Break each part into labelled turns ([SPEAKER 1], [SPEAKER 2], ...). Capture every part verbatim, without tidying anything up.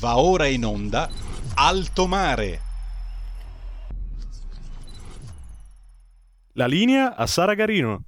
[SPEAKER 1] Va ora in onda Alto Mare.
[SPEAKER 2] La linea a Sara Garino.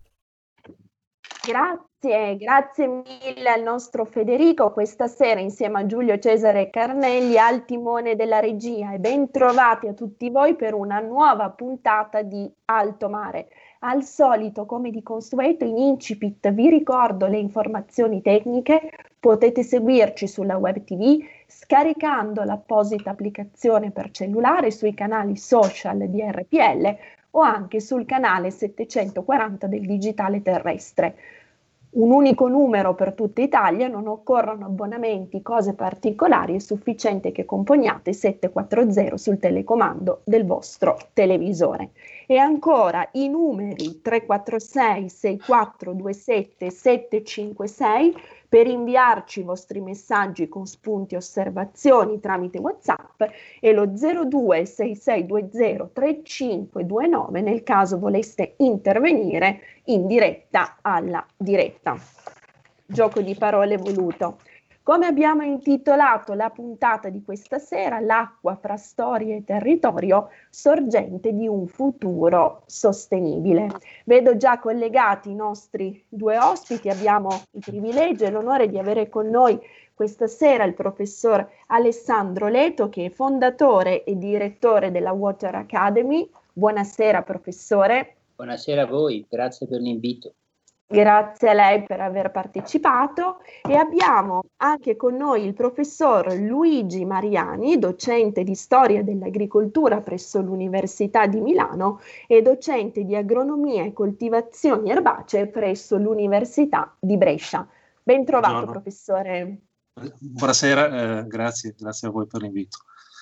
[SPEAKER 3] Grazie, grazie mille al nostro Federico. Questa sera insieme a Giulio Cesare Carnelli al timone della regia, e ben trovati a tutti voi per una nuova puntata di Alto Mare. Al solito, come di consueto, in incipit vi ricordo le informazioni tecniche. Potete seguirci sulla web tivù scaricando l'apposita applicazione per cellulare sui canali social di R P L o anche sul canale settecentoquaranta del digitale terrestre. Un unico numero per tutta Italia, non occorrono abbonamenti, cose particolari, è sufficiente che componiate sette quattro zero sul telecomando del vostro televisore. E ancora i numeri tre quattro sei sei quattro due sette sette cinque sei per inviarci i vostri messaggi con spunti e osservazioni tramite WhatsApp, e lo zero due sei sei due zero tre cinque due nove nel caso voleste intervenire in diretta alla diretta. Gioco di parole voluto. Come abbiamo intitolato la puntata di questa sera, l'acqua fra storia e territorio, sorgente di un futuro sostenibile. Vedo già collegati i nostri due ospiti, abbiamo il privilegio e l'onore di avere con noi questa sera il professor Alessandro Leto, che è fondatore e direttore della Water Academy. Buonasera professore.
[SPEAKER 4] Buonasera a voi, grazie per l'invito.
[SPEAKER 3] Grazie a lei per aver partecipato, e abbiamo anche con noi il professor Luigi Mariani, docente di storia dell'agricoltura presso l'Università di Milano e docente di agronomia e coltivazioni erbacee presso l'Università di Brescia. Ben trovato,
[SPEAKER 5] Buongiorno.
[SPEAKER 3] Professore.
[SPEAKER 5] Buonasera, eh, grazie, grazie a voi per l'invito.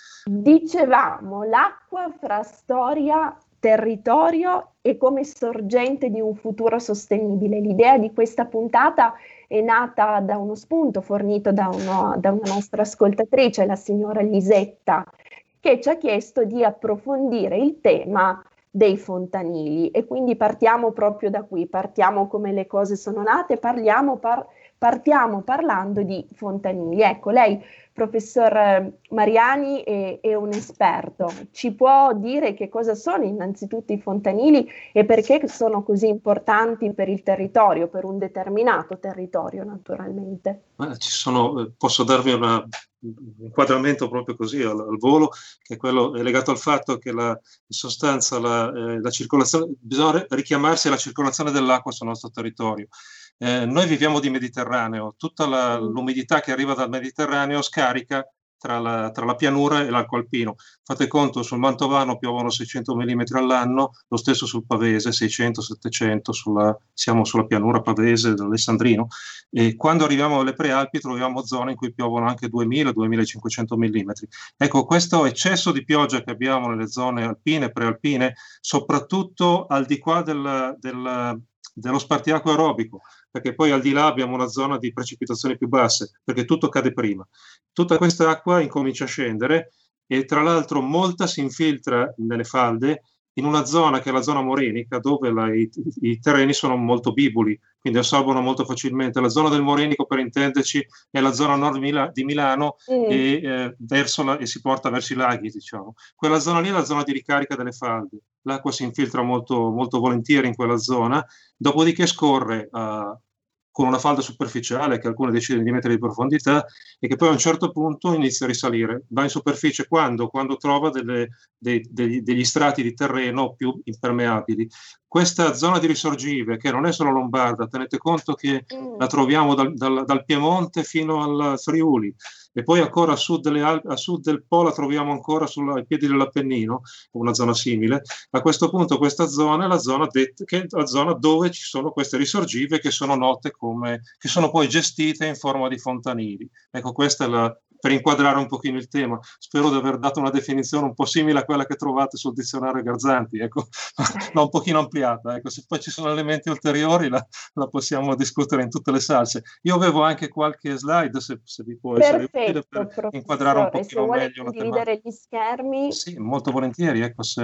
[SPEAKER 3] Dicevamo l'acqua fra storia, territorio e come sorgente di un futuro sostenibile. L'idea di questa puntata è nata da uno spunto fornito da, uno, da una nostra ascoltatrice, la signora Lisetta, che ci ha chiesto di approfondire il tema dei fontanili, e quindi partiamo proprio da qui, partiamo come le cose sono nate, parliamo, par- partiamo parlando di fontanili. Ecco, lei, professor Mariani, è, è un esperto, ci può dire che cosa sono innanzitutto i fontanili e perché sono così importanti per il territorio, per un determinato territorio naturalmente?
[SPEAKER 5] Ma ci sono, posso darvi una, un inquadramento proprio così al, al volo, che è quello è legato al fatto che la, in sostanza la, eh, la circolazione, bisogna richiamarsi alla circolazione dell'acqua sul nostro territorio. Eh, noi viviamo di Mediterraneo, tutta la, l'umidità che arriva dal Mediterraneo scarica tra la, tra la pianura e l'arco alpino. Fate conto, sul Mantovano piovono seicento millimetri all'anno, lo stesso sul Pavese, seicento settecento, sulla, siamo sulla pianura pavese dell'Alessandrino, e quando arriviamo alle prealpi troviamo zone in cui piovono anche duemila duemilacinquecento millimetri. Ecco, questo eccesso di pioggia che abbiamo nelle zone alpine, prealpine, soprattutto al di qua del, del, dello spartiacque aerobico, perché poi al di là abbiamo una zona di precipitazioni più basse, perché tutto cade prima. Tutta questa acqua incomincia a scendere e tra l'altro molta si infiltra nelle falde in una zona che è la zona morenica, dove la, i, i terreni sono molto bibuli, quindi assorbono molto facilmente. La zona del Morenico, per intenderci, è la zona nord Mila, di Milano mm. e, eh, verso la, e si porta verso i laghi, diciamo. Quella zona lì è la zona di ricarica delle falde. L'acqua si infiltra molto, molto volentieri in quella zona, dopodiché scorre uh, con una falda superficiale che alcune decidono di mettere di profondità e che poi a un certo punto inizia a risalire. Va in superficie quando? Quando trova delle, dei, degli, degli strati di terreno più impermeabili. Questa zona di risorgive, che non è solo lombarda, tenete conto che la troviamo dal, dal, dal Piemonte fino al Friuli, e poi ancora a sud, delle Alpi, a sud del Po la troviamo ancora sulla, ai piedi dell'Appennino, una zona simile. A questo punto questa zona è la zona, det- che è la zona dove ci sono queste risorgive che sono note come, che sono poi gestite in forma di fontanili. Ecco, questa è la, per inquadrare un pochino il tema. Spero di aver dato una definizione un po' simile a quella che trovate sul dizionario Garzanti, ecco, ma un pochino ampliata. Ecco, se poi ci sono elementi ulteriori la, la possiamo discutere in tutte le salse. Io avevo anche qualche slide, se, se vi può essere utile, per inquadrare un pochino
[SPEAKER 3] se vuole
[SPEAKER 5] meglio la
[SPEAKER 3] condividere
[SPEAKER 5] tematica.
[SPEAKER 3] Gli schermi.
[SPEAKER 5] Sì, molto volentieri, ecco, se,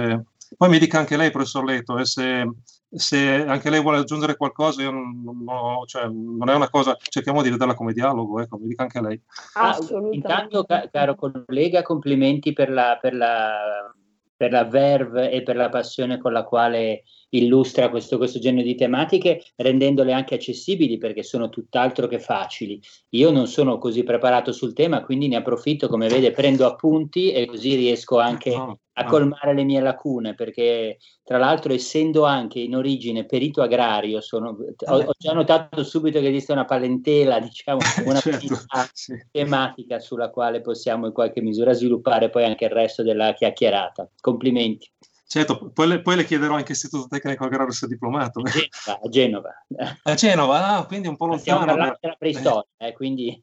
[SPEAKER 5] Poi mi dica anche lei, professor Leto, e se, se anche lei vuole aggiungere qualcosa, io non, non, ho- cioè, non è una cosa, cerchiamo di vederla come dialogo, ecco, mi dica anche lei.
[SPEAKER 4] Ah,
[SPEAKER 3] Assolutamente.
[SPEAKER 4] intanto, ca- caro collega, complimenti per la, per la, per la verve e per la passione con la quale illustra questo, questo genere di tematiche, rendendole anche accessibili, perché sono tutt'altro che facili. Io non sono così preparato sul tema, quindi ne approfitto, come vede, prendo appunti e così riesco anche
[SPEAKER 5] No,
[SPEAKER 4] a
[SPEAKER 5] no.
[SPEAKER 4] colmare le mie lacune, perché tra l'altro, essendo anche in origine perito agrario, sono, ho, ho già notato subito che esiste una parentela, diciamo, una
[SPEAKER 5] Certo,
[SPEAKER 4] affinità
[SPEAKER 5] sì.
[SPEAKER 4] tematica sulla quale possiamo in qualche misura sviluppare poi anche il resto della chiacchierata. Complimenti.
[SPEAKER 5] Certo, poi le, poi le chiederò in che istituto tecnico agrario sia diplomato.
[SPEAKER 4] A Genova, a Genova.
[SPEAKER 5] A Genova, ah, quindi un po'
[SPEAKER 4] Ma stiamo
[SPEAKER 5] lontano.
[SPEAKER 4] parlando
[SPEAKER 5] Allora.
[SPEAKER 4] della preistoria, eh, quindi...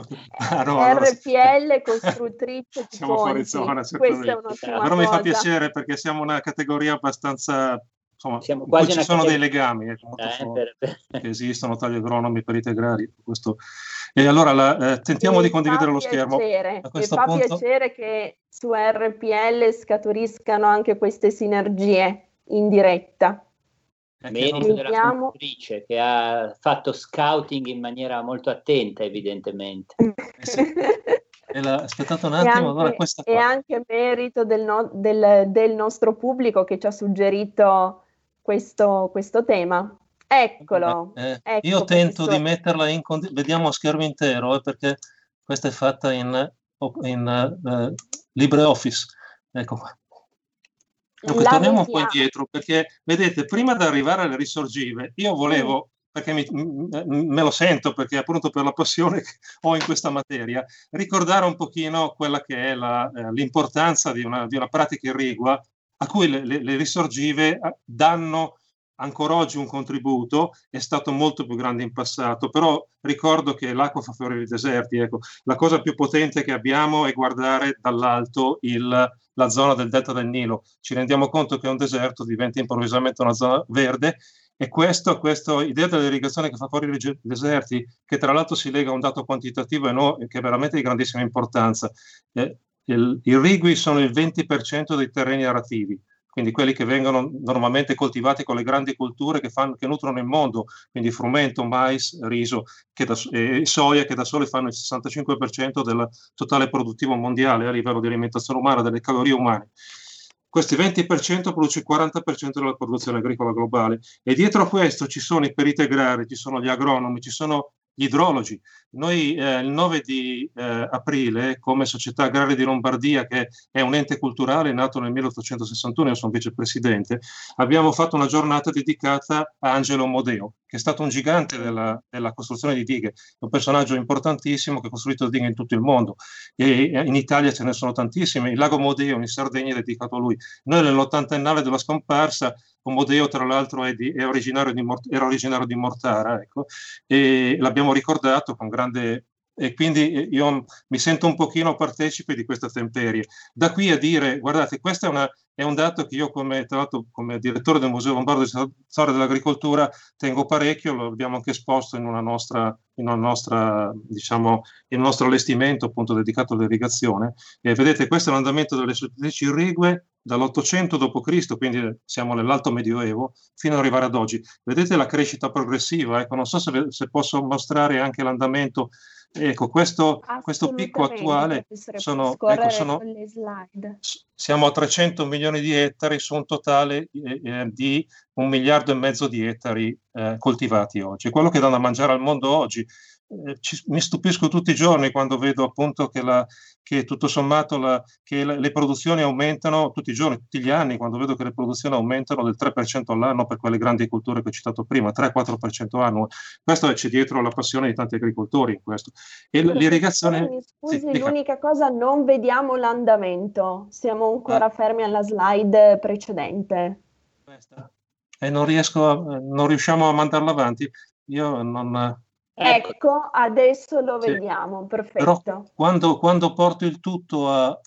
[SPEAKER 5] Ah, no, allora
[SPEAKER 3] R P L costruttrice di
[SPEAKER 5] siamo fuori
[SPEAKER 3] ponti,
[SPEAKER 5] zona,
[SPEAKER 3] questa è
[SPEAKER 5] certamente.
[SPEAKER 3] un'ottima
[SPEAKER 5] Però mi fa
[SPEAKER 3] cosa.
[SPEAKER 5] piacere perché siamo una categoria abbastanza, insomma,
[SPEAKER 4] Siamo
[SPEAKER 5] in cui
[SPEAKER 4] quasi
[SPEAKER 5] ci
[SPEAKER 4] una
[SPEAKER 5] sono dei
[SPEAKER 4] categoria,
[SPEAKER 5] legami, ecco, molto
[SPEAKER 4] eh,
[SPEAKER 5] forti,
[SPEAKER 4] per- per-
[SPEAKER 5] che esistono tra gli agronomi, periti agrari, questo. E allora la, eh, tentiamo
[SPEAKER 3] E
[SPEAKER 5] di condividere
[SPEAKER 3] fa
[SPEAKER 5] lo schermo.
[SPEAKER 3] piacere,
[SPEAKER 5] A
[SPEAKER 3] e
[SPEAKER 5] questo
[SPEAKER 3] fa
[SPEAKER 5] punto,
[SPEAKER 3] piacere che su R P L scaturiscano anche queste sinergie in diretta.
[SPEAKER 5] è che
[SPEAKER 4] merito
[SPEAKER 5] non-
[SPEAKER 4] della
[SPEAKER 3] Vediamo.
[SPEAKER 4] conduttrice che ha fatto scouting in maniera molto attenta, evidentemente.
[SPEAKER 5] eh sì. E la- aspettate un
[SPEAKER 3] E
[SPEAKER 5] attimo, allora
[SPEAKER 3] anche,
[SPEAKER 5] questa
[SPEAKER 3] e
[SPEAKER 5] qua.
[SPEAKER 3] anche merito del, no- del- del nostro pubblico che ci ha suggerito questo, questo tema.
[SPEAKER 5] Allora,
[SPEAKER 3] Eccolo,
[SPEAKER 5] eh, io
[SPEAKER 3] ecco
[SPEAKER 5] tento di
[SPEAKER 3] professore.
[SPEAKER 5] metterla in condi- vediamo a schermo intero, eh, perché questa è fatta in, in eh, LibreOffice. Ecco qua. Dunque,
[SPEAKER 3] La
[SPEAKER 5] torniamo un po'
[SPEAKER 3] vediamo.
[SPEAKER 5] indietro, perché vedete, prima di arrivare alle risorgive, io volevo, perché mi- m- me lo sento, perché appunto per la passione che ho in questa materia, ricordare un pochino quella che è la, eh, l'importanza di una, di una pratica irrigua a cui le, le- le risorgive eh, danno ancora oggi un contributo, è stato molto più grande in passato, però ricordo che l'acqua fa fiorire i deserti, ecco. La cosa più potente che abbiamo è guardare dall'alto il, la zona del delta del Nilo. Ci rendiamo conto che un deserto diventa improvvisamente una zona verde e questo, questa idea dell'irrigazione che fa fuori i deserti, che tra l'altro si lega a un dato quantitativo e no, che è veramente di grandissima importanza. Eh, il, I irrigui sono il venti per cento dei terreni arativi, quindi quelli che vengono normalmente coltivati con le grandi culture che, fanno, che nutrono il mondo, quindi frumento, mais, riso che da, e soia, che da sole fanno il sessantacinque per cento del totale produttivo mondiale a livello di alimentazione umana, delle calorie umane. Questi venti per cento produce il quaranta per cento della produzione agricola globale e dietro a questo ci sono i periti agrari, ci sono gli agronomi, ci sono gli idrologi. Noi eh, il nove di eh, aprile, come Società Agraria di Lombardia, che è un ente culturale nato nel milleottocentosessantuno, io sono vicepresidente, abbiamo fatto una giornata dedicata a Angelo Modeo, che è stato un gigante della, della costruzione di dighe, un personaggio importantissimo che ha costruito dighe in tutto il mondo. E in Italia ce ne sono tantissime. Il lago Modeo in Sardegna è dedicato a lui. Noi nell'ottantennale della scomparsa, Modeo tra l'altro è di, è originario di, era originario di Mortara, ecco, e l'abbiamo ricordato con grande... E quindi io mi sento un pochino partecipe di questa temperie. Da qui a dire, guardate, questo è, una, è un dato che io come, tra l'altro, come direttore del Museo Lombardo di Storia dell'Agricoltura tengo parecchio, lo abbiamo anche esposto in una nostra, in una nostra diciamo, in un nostro allestimento appunto dedicato all'irrigazione. E vedete, questo è l'andamento delle superfici irrigue dall'ottocento dopo Cristo, quindi siamo nell'alto medioevo, fino ad arrivare ad oggi. Vedete la crescita progressiva, ecco, non so se, se posso mostrare anche l'andamento. Ecco, questo, questo picco attuale sono, ecco, sono,
[SPEAKER 3] con le slide.
[SPEAKER 5] siamo a trecento milioni di ettari su un totale eh, eh, di un miliardo e mezzo di ettari eh, coltivati oggi. Quello che danno a mangiare al mondo oggi. Eh, ci, mi stupisco tutti i giorni quando vedo appunto che, la, che tutto sommato la, che la, le produzioni aumentano tutti i giorni, tutti gli anni, quando vedo che le produzioni aumentano del tre per cento all'anno per quelle grandi culture che ho citato prima, tre quattro per cento annuo. Questo c'è dietro la passione di tanti agricoltori in questo. E l'irrigazione...
[SPEAKER 3] Mi scusi,
[SPEAKER 5] sì,
[SPEAKER 3] l'unica cosa, non vediamo l'andamento, siamo ancora ah. fermi alla slide precedente.
[SPEAKER 5] Questa? E non riesco a, non riusciamo a mandarla avanti. Io non...
[SPEAKER 3] Ecco, adesso lo
[SPEAKER 5] sì.
[SPEAKER 3] vediamo, perfetto.
[SPEAKER 5] Però quando, quando porto il tutto a...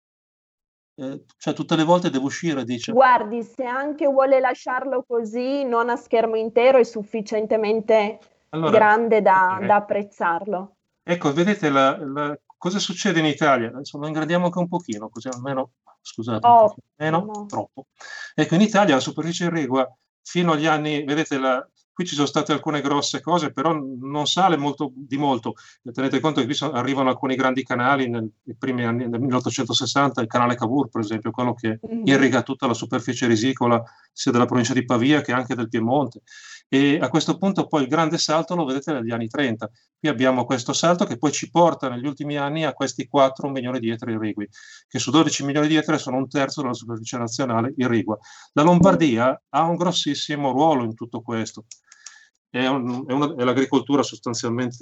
[SPEAKER 5] Eh, cioè tutte le volte devo uscire, dice.
[SPEAKER 3] Guardi, se anche vuole lasciarlo così, non a schermo intero, è sufficientemente allora, grande da, da apprezzarlo.
[SPEAKER 5] Ecco, vedete, la, la, cosa succede in Italia? Adesso lo ingrandiamo anche un pochino, così almeno, scusate,
[SPEAKER 3] Oh,
[SPEAKER 5] un pochino meno,
[SPEAKER 3] no.
[SPEAKER 5] troppo. Ecco, in Italia la superficie irrigua fino agli anni, vedete, la, qui ci sono state alcune grosse cose, però non sale molto, di molto. Tenete conto che qui sono, arrivano alcuni grandi canali nel, nei primi anni del milleottocentosessanta, il canale Cavour, per esempio, quello che
[SPEAKER 3] Mm.
[SPEAKER 5] irriga tutta la superficie risicola sia della provincia di Pavia che anche del Piemonte. E a questo punto poi il grande salto lo vedete negli anni trenta. Qui abbiamo questo salto che poi ci porta negli ultimi anni a questi quattro milioni di ettari irrigui, che su dodici milioni di ettari sono un terzo della superficie nazionale irrigua. La Lombardia ha un grossissimo ruolo in tutto questo. È, un, è, una, è l'agricoltura sostanzialmente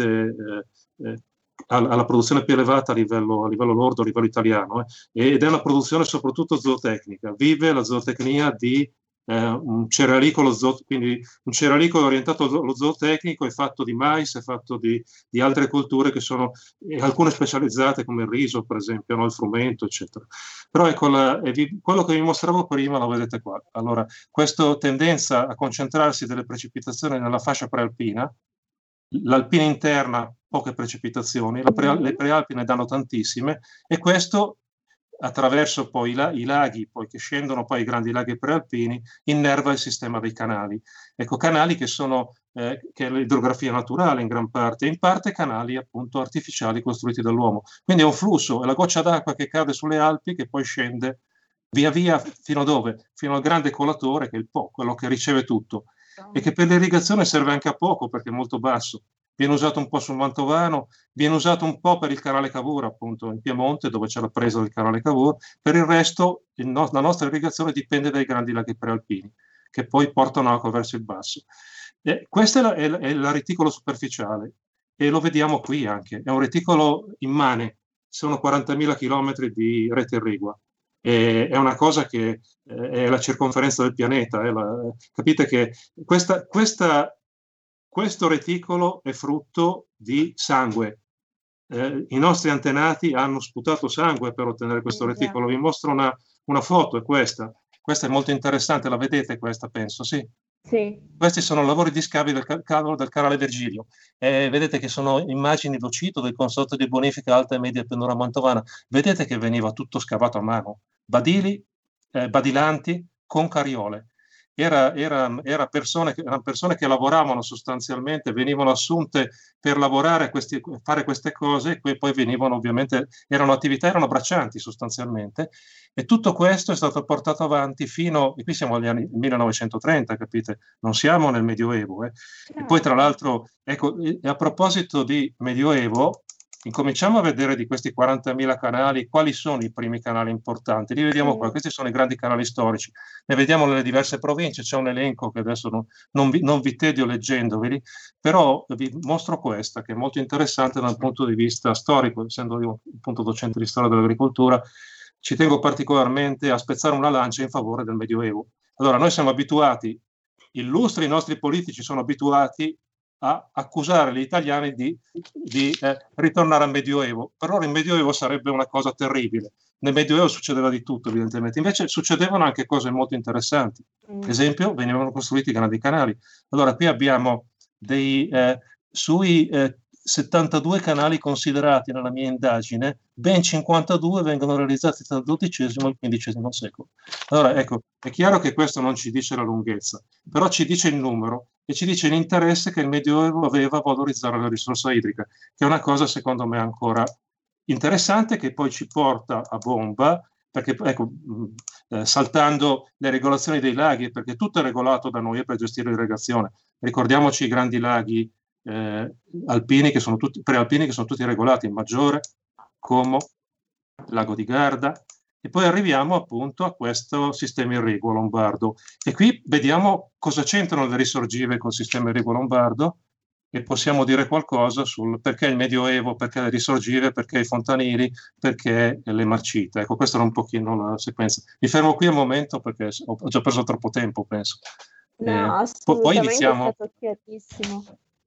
[SPEAKER 5] eh, eh, alla produzione più elevata a livello, a livello lordo, a livello italiano, eh, ed è una produzione soprattutto zootecnica. Vive la zootecnia di eh, un cerealicolo, zo, quindi un cerealicolo orientato allo zootecnico, è fatto di mais, è fatto di, di altre colture che sono eh, alcune specializzate come il riso, per esempio, no? Il frumento, eccetera. Però ecco, la, vi, quello che vi mostravo prima lo vedete qua. Allora, questa tendenza a concentrarsi delle precipitazioni nella fascia prealpina, l'alpina interna poche precipitazioni, la pre, le prealpine danno tantissime, e questo attraverso poi la, i laghi, poi che scendono poi i grandi laghi prealpini, innerva il sistema dei canali. Ecco, canali che sono eh, che è l'idrografia naturale in gran parte, e in parte canali appunto artificiali costruiti dall'uomo. Quindi è un flusso, è la goccia d'acqua che cade sulle Alpi che poi scende via via fino a dove? Fino al grande colatore, che è il Po, quello che riceve tutto, e che per l'irrigazione serve anche a poco perché è molto basso. Viene usato un po' sul Mantovano, viene usato un po' per il canale Cavour, appunto in Piemonte, dove c'è la presa del canale Cavour. Per il resto il no- la nostra irrigazione dipende dai grandi laghi prealpini, che poi portano acqua verso il basso. E questo è, la, è, è il reticolo superficiale, e lo vediamo qui anche. È un reticolo immane, sono quarantamila chilometri di rete irrigua. E, è una cosa che eh, è la circonferenza del pianeta. È la, capite che questa... questa Questo reticolo è frutto di sangue. Eh, I nostri antenati hanno sputato sangue per ottenere questo reticolo. Vi mostro una, una foto, è questa. Questa è molto interessante, la vedete questa, penso, sì?
[SPEAKER 3] Sì.
[SPEAKER 5] Questi sono lavori di scavi del, del canale Virgilio. Eh, vedete che sono immagini do Cito, del Consorzio di Bonifica Alta e Media Pianura Mantovana. Vedete che veniva tutto scavato a mano. Badili, eh, badilanti con carriole. Era, era, era persone, erano persone che lavoravano sostanzialmente, venivano assunte per lavorare a questi, fare queste cose, e poi venivano ovviamente, erano attività, erano braccianti sostanzialmente, e tutto questo è stato portato avanti fino, e qui siamo agli anni millenovecentotrenta, capite? Non siamo nel Medioevo. Eh. E poi tra l'altro, ecco, a proposito di Medioevo, incominciamo a vedere di questi quarantamila canali quali sono i primi canali importanti. Li vediamo qua, questi sono i grandi canali storici, ne vediamo nelle diverse province, c'è un elenco che adesso non, non, vi, non vi tedio leggendoveli, però vi mostro questa che è molto interessante dal punto di vista storico. Essendo io appunto docente di storia dell'agricoltura, ci tengo particolarmente a spezzare una lancia in favore del Medioevo. Allora, noi siamo abituati, illustri, i nostri politici sono abituati a accusare gli italiani di, di eh, ritornare al Medioevo. Per loro il Medioevo sarebbe una cosa terribile. Nel Medioevo succedeva di tutto, evidentemente. Invece succedevano anche cose molto interessanti. Ad esempio, venivano costruiti grandi canali. Allora, qui abbiamo dei eh, sui eh, settantadue canali considerati nella mia indagine, ben cinquantadue vengono realizzati tra il dodicesimo e il quindicesimo secolo. Allora, ecco, è chiaro che questo non ci dice la lunghezza, però ci dice il numero e ci dice l'interesse che il Medioevo aveva a valorizzare la risorsa idrica, che è una cosa secondo me ancora interessante, che poi ci porta a bomba, perché ecco, eh, saltando le regolazioni dei laghi, perché tutto è regolato da noi per gestire l'irrigazione. Ricordiamoci i grandi laghi eh, alpini, che sono tutti, prealpini, che sono tutti regolati, il Maggiore, Como, Lago di Garda, e poi arriviamo appunto a questo sistema irriguo lombardo. E qui vediamo cosa c'entrano le risorgive col sistema irriguo lombardo, e possiamo dire qualcosa sul perché il Medioevo, perché le risorgive, perché i fontanili, perché le marcite. Ecco, questa era un pochino la sequenza. Mi fermo qui un momento perché ho già preso troppo tempo, penso.
[SPEAKER 3] No,
[SPEAKER 5] eh,
[SPEAKER 3] assolutamente,
[SPEAKER 5] poi iniziamo...
[SPEAKER 3] è stato chiarissimo.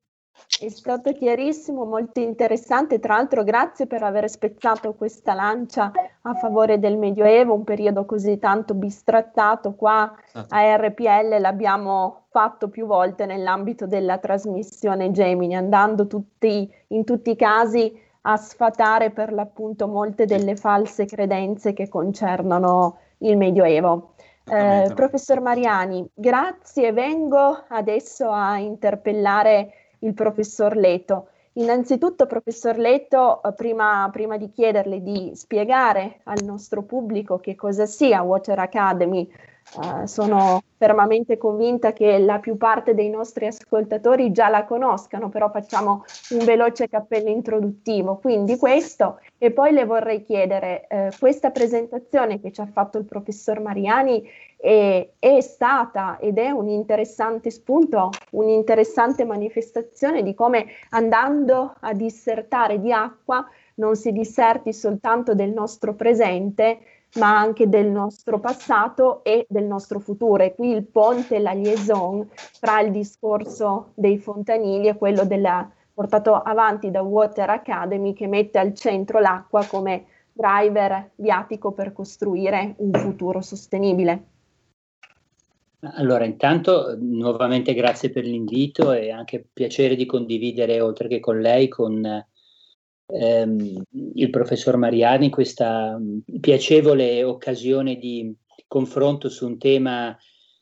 [SPEAKER 3] È stato chiarissimo, molto interessante. Tra l'altro, grazie per aver spezzato questa lancia a favore del Medioevo, un periodo così tanto bistrattato. Qua a R P L l'abbiamo fatto più volte nell'ambito della trasmissione Gemini, andando tutti, in tutti i casi a sfatare per l'appunto molte delle false credenze che concernono il Medioevo. Eh, professor Mariani, grazie. Vengo adesso a interpellare il professor Leto. Innanzitutto, professor Leto, prima, prima di chiederle di spiegare al nostro pubblico che cosa sia Water Academy, Uh, sono fermamente convinta che la più parte dei nostri ascoltatori già la conoscano, però facciamo un veloce cappello introduttivo. Quindi questo, e poi le vorrei chiedere, eh, questa presentazione che ci ha fatto il professor Mariani è, è stata ed è un interessante spunto, un'interessante manifestazione di come, andando a dissertare di acqua, non si disserti soltanto del nostro presente, ma anche del nostro passato e del nostro futuro. E qui il ponte, la liaison tra il discorso dei fontanili e quello della, portato avanti da Water Academy, che mette al centro l'acqua come driver viatico per costruire un futuro sostenibile.
[SPEAKER 4] Allora, intanto nuovamente grazie per l'invito e anche piacere di condividere, oltre che con lei, con ehm, il professor Mariani, questa piacevole occasione di confronto su un tema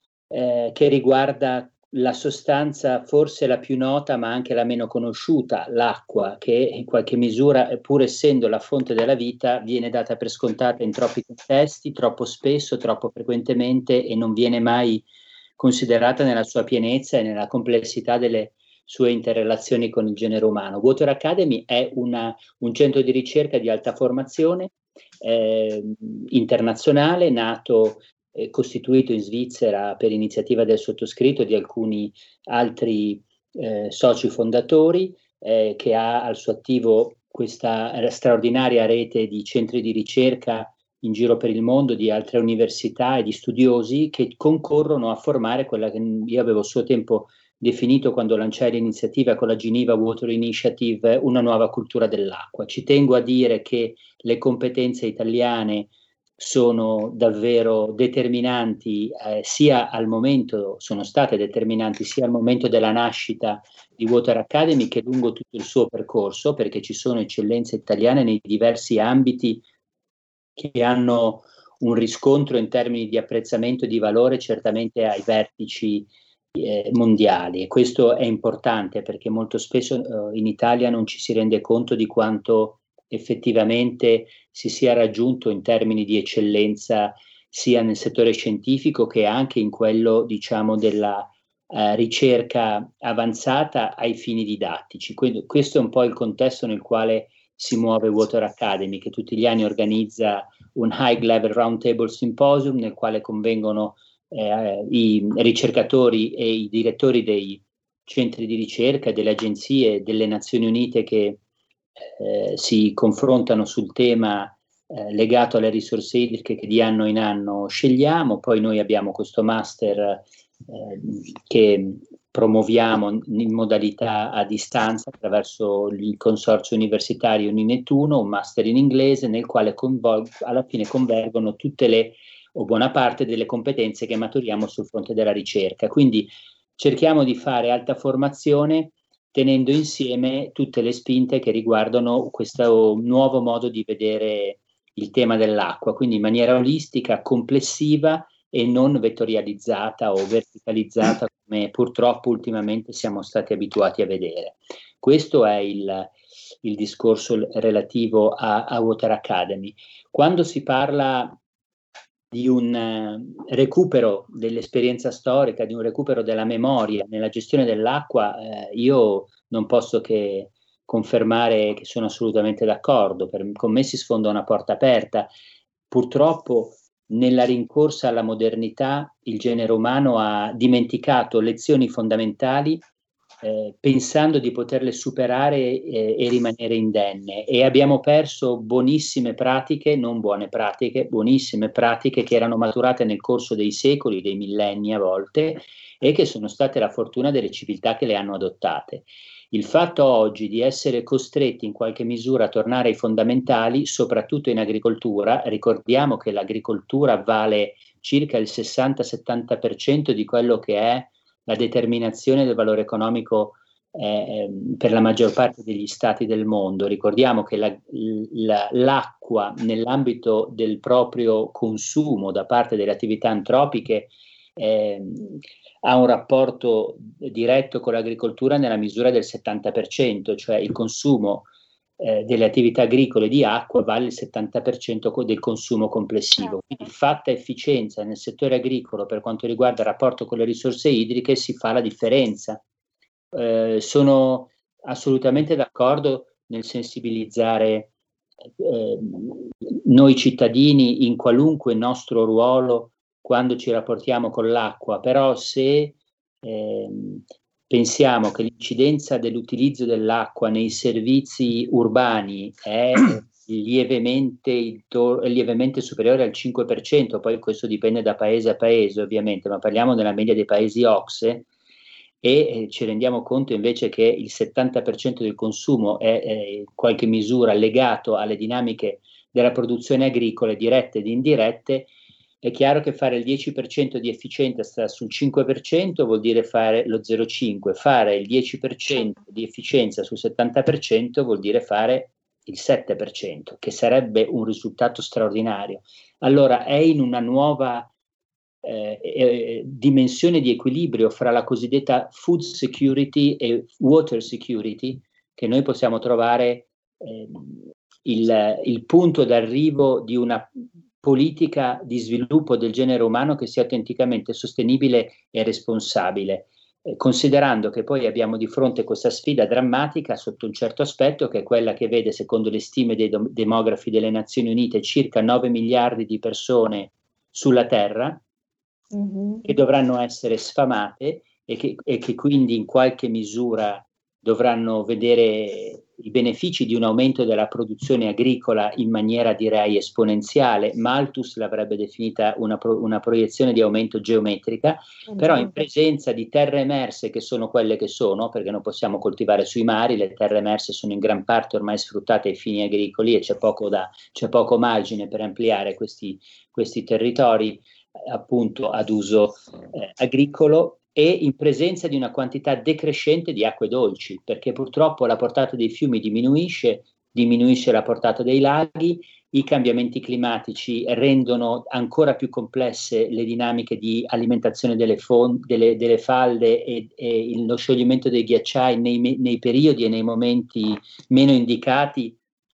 [SPEAKER 4] eh, che riguarda la sostanza forse la più nota ma anche la meno conosciuta, l'acqua, che in qualche misura, pur essendo la fonte della vita, viene data per scontata in troppi contesti, troppo spesso, troppo frequentemente, e non viene mai considerata nella sua pienezza e nella complessità delle sue interrelazioni con il genere umano. Water Academy è una, un centro di ricerca di alta formazione eh, internazionale, nato e costituito in Svizzera per iniziativa del sottoscritto e di alcuni altri eh, soci fondatori, eh, che ha al suo attivo questa straordinaria rete di centri di ricerca in giro per il mondo, di altre università e di studiosi che concorrono a formare quella che io avevo a suo tempo definito, quando lanciai l'iniziativa con la Geneva Water Initiative, una nuova cultura dell'acqua. Ci tengo a dire che le competenze italiane sono davvero determinanti, eh, sia al momento, sono state determinanti sia al momento della nascita di Water Academy che lungo tutto il suo percorso, perché ci sono eccellenze italiane nei diversi ambiti che hanno un riscontro in termini di apprezzamento e di valore certamente ai vertici eh, mondiali, e questo è importante perché molto spesso eh, in Italia non ci si rende conto di quanto effettivamente si sia raggiunto in termini di eccellenza sia nel settore scientifico che anche in quello, diciamo, della eh, ricerca avanzata ai fini didattici. Quindi, questo è un po' il contesto nel quale si muove Water Academy, che tutti gli anni organizza un High Level Roundtable Symposium nel quale convengono eh, i ricercatori e i direttori dei centri di ricerca, delle agenzie delle Nazioni Unite che eh, si confrontano sul tema eh, legato alle risorse idriche che di anno in anno scegliamo. Poi noi abbiamo questo master eh, che promuoviamo in modalità a distanza attraverso il consorzio universitario Uninettuno, un master in inglese nel quale convol- alla fine convergono tutte le o buona parte delle competenze che maturiamo sul fronte della ricerca. Quindi cerchiamo di fare alta formazione tenendo insieme tutte le spinte che riguardano questo nuovo modo di vedere il tema dell'acqua, quindi in maniera olistica, complessiva e non vettorializzata o verticalizzata come purtroppo ultimamente siamo stati abituati a vedere. Questo è il, il discorso relativo a, a Water Academy. Quando si parla di un uh, recupero dell'esperienza storica, di un recupero della memoria nella gestione dell'acqua, eh, io non posso che confermare che sono assolutamente d'accordo. Per, con me si sfonda una porta aperta. Purtroppo nella rincorsa alla modernità il genere umano ha dimenticato lezioni fondamentali eh, pensando di poterle superare eh, e rimanere indenne, e abbiamo perso buonissime pratiche, non buone pratiche, buonissime pratiche che erano maturate nel corso dei secoli, dei millenni a volte, e che sono state la fortuna delle civiltà che le hanno adottate. Il fatto oggi di essere costretti in qualche misura a tornare ai fondamentali, soprattutto in agricoltura, ricordiamo che l'agricoltura vale circa il sessanta settanta per cento di quello che è la determinazione del valore economico eh, per la maggior parte degli stati del mondo. Ricordiamo che la, la, l'acqua nell'ambito del proprio consumo da parte delle attività antropiche eh, ha un rapporto diretto con l'agricoltura nella misura del settanta per cento, cioè il consumo eh, delle attività agricole di acqua vale il settanta per cento del consumo complessivo. Quindi fatta efficienza nel settore agricolo per quanto riguarda il rapporto con le risorse idriche si fa la differenza. Eh, sono assolutamente d'accordo nel sensibilizzare eh, noi cittadini in qualunque nostro ruolo quando ci rapportiamo con l'acqua, però se eh, pensiamo che l'incidenza dell'utilizzo dell'acqua nei servizi urbani è lievemente, lievemente superiore al cinque per cento, poi questo dipende da paese a paese ovviamente, ma parliamo della media dei paesi O C S E, e eh, ci rendiamo conto invece che il settanta per cento del consumo è eh, in qualche misura legato alle dinamiche della produzione agricola dirette ed indirette. È chiaro che fare il dieci per cento di efficienza sul cinque per cento vuol dire fare lo zero virgola cinque, fare il dieci per cento di efficienza sul settanta per cento vuol dire fare il sette per cento, che sarebbe un risultato straordinario. Allora è in una nuova eh, eh, dimensione di equilibrio fra la cosiddetta food security e water security che noi possiamo trovare eh, il, il punto d'arrivo di una politica di sviluppo del genere umano che sia autenticamente sostenibile e responsabile, eh, considerando che poi abbiamo di fronte questa sfida drammatica sotto un certo aspetto, che è quella che vede, secondo le stime dei dom- demografi delle Nazioni Unite, circa nove miliardi di persone sulla Terra mm-hmm. che dovranno essere sfamate e che, e che quindi in qualche misura dovranno vedere i benefici di un aumento della produzione agricola in maniera direi esponenziale. Malthus l'avrebbe definita una, pro, una proiezione di aumento geometrica, mm-hmm. però in presenza di terre emerse che sono quelle che sono, perché non possiamo coltivare sui mari, le terre emerse sono in gran parte ormai sfruttate ai fini agricoli e c'è poco, da, c'è poco margine per ampliare questi, questi territori appunto ad uso eh, agricolo, e in presenza di una quantità decrescente di acque dolci, perché purtroppo la portata dei fiumi diminuisce, diminuisce la portata dei laghi, i cambiamenti climatici rendono ancora più complesse le dinamiche di alimentazione delle, fon- delle, delle falde e, e lo scioglimento dei ghiacciai nei, nei periodi e nei momenti meno indicati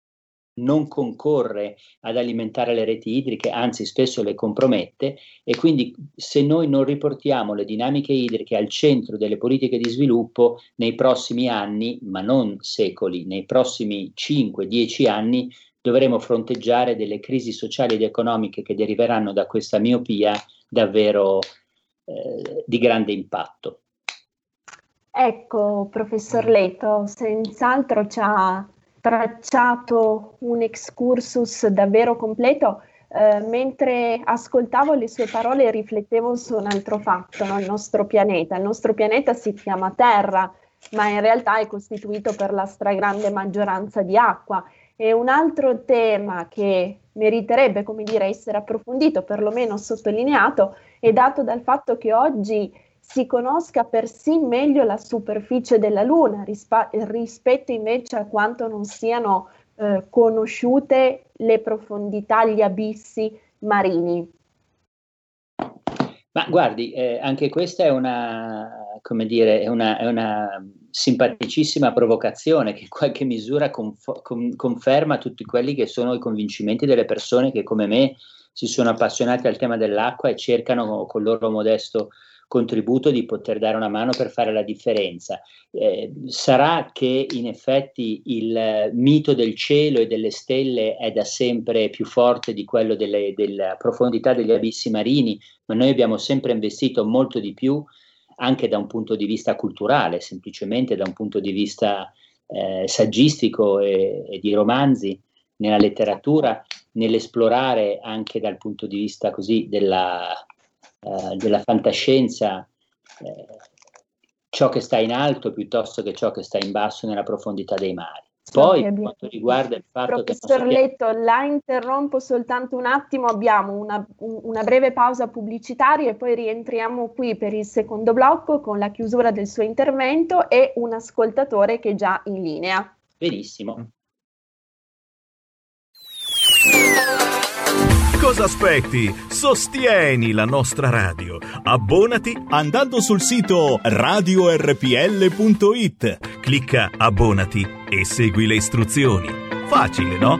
[SPEAKER 4] non concorre ad alimentare le reti idriche, anzi spesso le compromette, e quindi se noi non riportiamo le dinamiche idriche al centro delle politiche di sviluppo nei prossimi anni, ma non secoli, nei prossimi cinque dieci anni dovremo fronteggiare delle crisi sociali ed economiche che deriveranno da questa miopia davvero eh, di grande impatto.
[SPEAKER 3] Ecco, professor Leto, senz'altro ci ha tracciato un excursus davvero completo. Eh, mentre ascoltavo le sue parole riflettevo su un altro fatto, no? Il nostro pianeta. Il nostro pianeta si chiama Terra, ma in realtà è costituito per la stragrande maggioranza di acqua. E un altro tema che meriterebbe, come dire, essere approfondito, perlomeno sottolineato, è dato dal fatto che oggi si conosca persino meglio la superficie della Luna rispa- rispetto invece a quanto non siano eh, conosciute le profondità, gli abissi marini.
[SPEAKER 4] Ma guardi, eh, anche questa è una, come dire, è una, è una simpaticissima provocazione che in qualche misura conf- con- conferma tutti quelli che sono i convincimenti delle persone che come me si sono appassionati al tema dell'acqua e cercano col loro modesto contributo di poter dare una mano per fare la differenza. Eh, sarà che in effetti il mito del cielo e delle stelle è da sempre più forte di quello delle, della profondità degli abissi marini, ma noi abbiamo sempre investito molto di più anche da un punto di vista culturale, semplicemente da un punto di vista eh, saggistico e, e di romanzi, nella letteratura, nell'esplorare anche dal punto di vista così della Uh, della fantascienza eh, ciò che sta in alto piuttosto che ciò che sta in basso nella profondità dei mari. Poi, per quanto riguarda il fatto che...
[SPEAKER 3] Professor Letto, la interrompo soltanto un attimo, abbiamo una, una breve pausa pubblicitaria e poi rientriamo qui per il secondo blocco con la chiusura del suo intervento e un ascoltatore che è già in linea.
[SPEAKER 4] Benissimo.
[SPEAKER 6] Cosa aspetti? Sostieni la nostra radio. Abbonati andando sul sito radio erre pi elle punto it. Clicca abbonati e segui le istruzioni. Facile, no?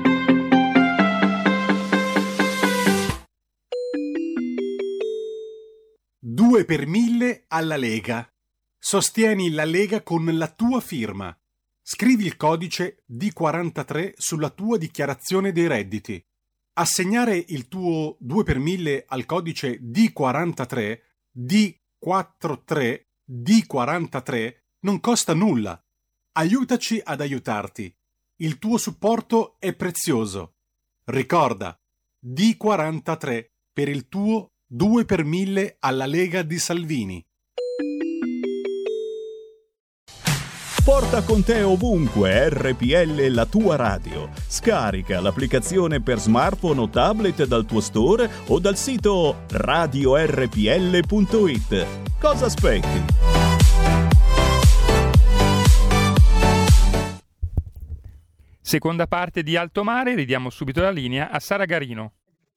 [SPEAKER 7] due per mille alla Lega. Sostieni la Lega con la tua firma. Scrivi il codice D quarantatré sulla tua dichiarazione dei redditi. Assegnare il tuo due per mille al codice D quarantatré, D quarantatré, D quarantatré non costa nulla. Aiutaci ad aiutarti. Il tuo supporto è prezioso. Ricorda, D quarantatré per il tuo due per mille alla Lega di Salvini.
[SPEAKER 6] Porta con te ovunque erre pi elle la tua radio. Scarica l'applicazione per smartphone o tablet dal tuo store o dal sito radio erre pi elle punto it. Cosa aspetti?
[SPEAKER 8] Seconda parte di Alto Mare, ridiamo subito la linea a Sara Garino.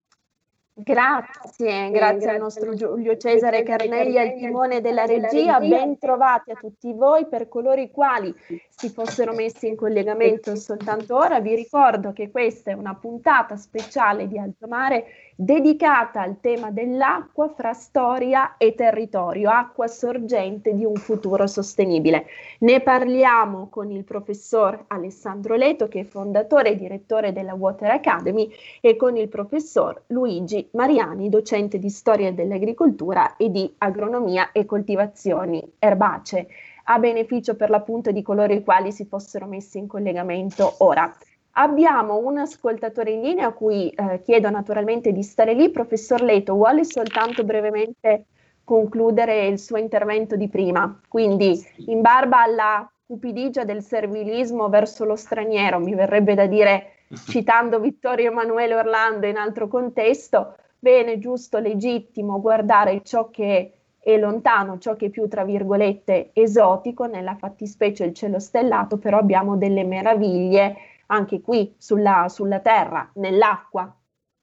[SPEAKER 3] Grazie, grazie al nostro Giulio Cesare Carnelli al timone della regia, ben trovati a tutti voi. Per coloro i quali si fossero messi in collegamento soltanto ora, vi ricordo che questa è una puntata speciale di Alto Mare dedicata al tema dell'acqua fra storia e territorio, acqua sorgente di un futuro sostenibile. Ne parliamo con il professor Alessandro Leto, che è fondatore e direttore della Water Academy, e con il professor Luigi Mariani, docente di storia dell'agricoltura e di agronomia e coltivazioni erbacee, a beneficio per l'appunto di coloro i quali si fossero messi in collegamento ora. Abbiamo un ascoltatore in linea a cui eh, chiedo naturalmente di stare lì. Professor Leto, vuole soltanto brevemente concludere il suo intervento di prima? Quindi, in barba alla cupidigia del servilismo verso lo straniero, mi verrebbe da dire, citando Vittorio Emanuele Orlando in altro contesto, bene, giusto, legittimo guardare ciò che è lontano, ciò che è più, tra virgolette, esotico, nella fattispecie il cielo stellato, però abbiamo delle meraviglie anche qui sulla, sulla terra, nell'acqua.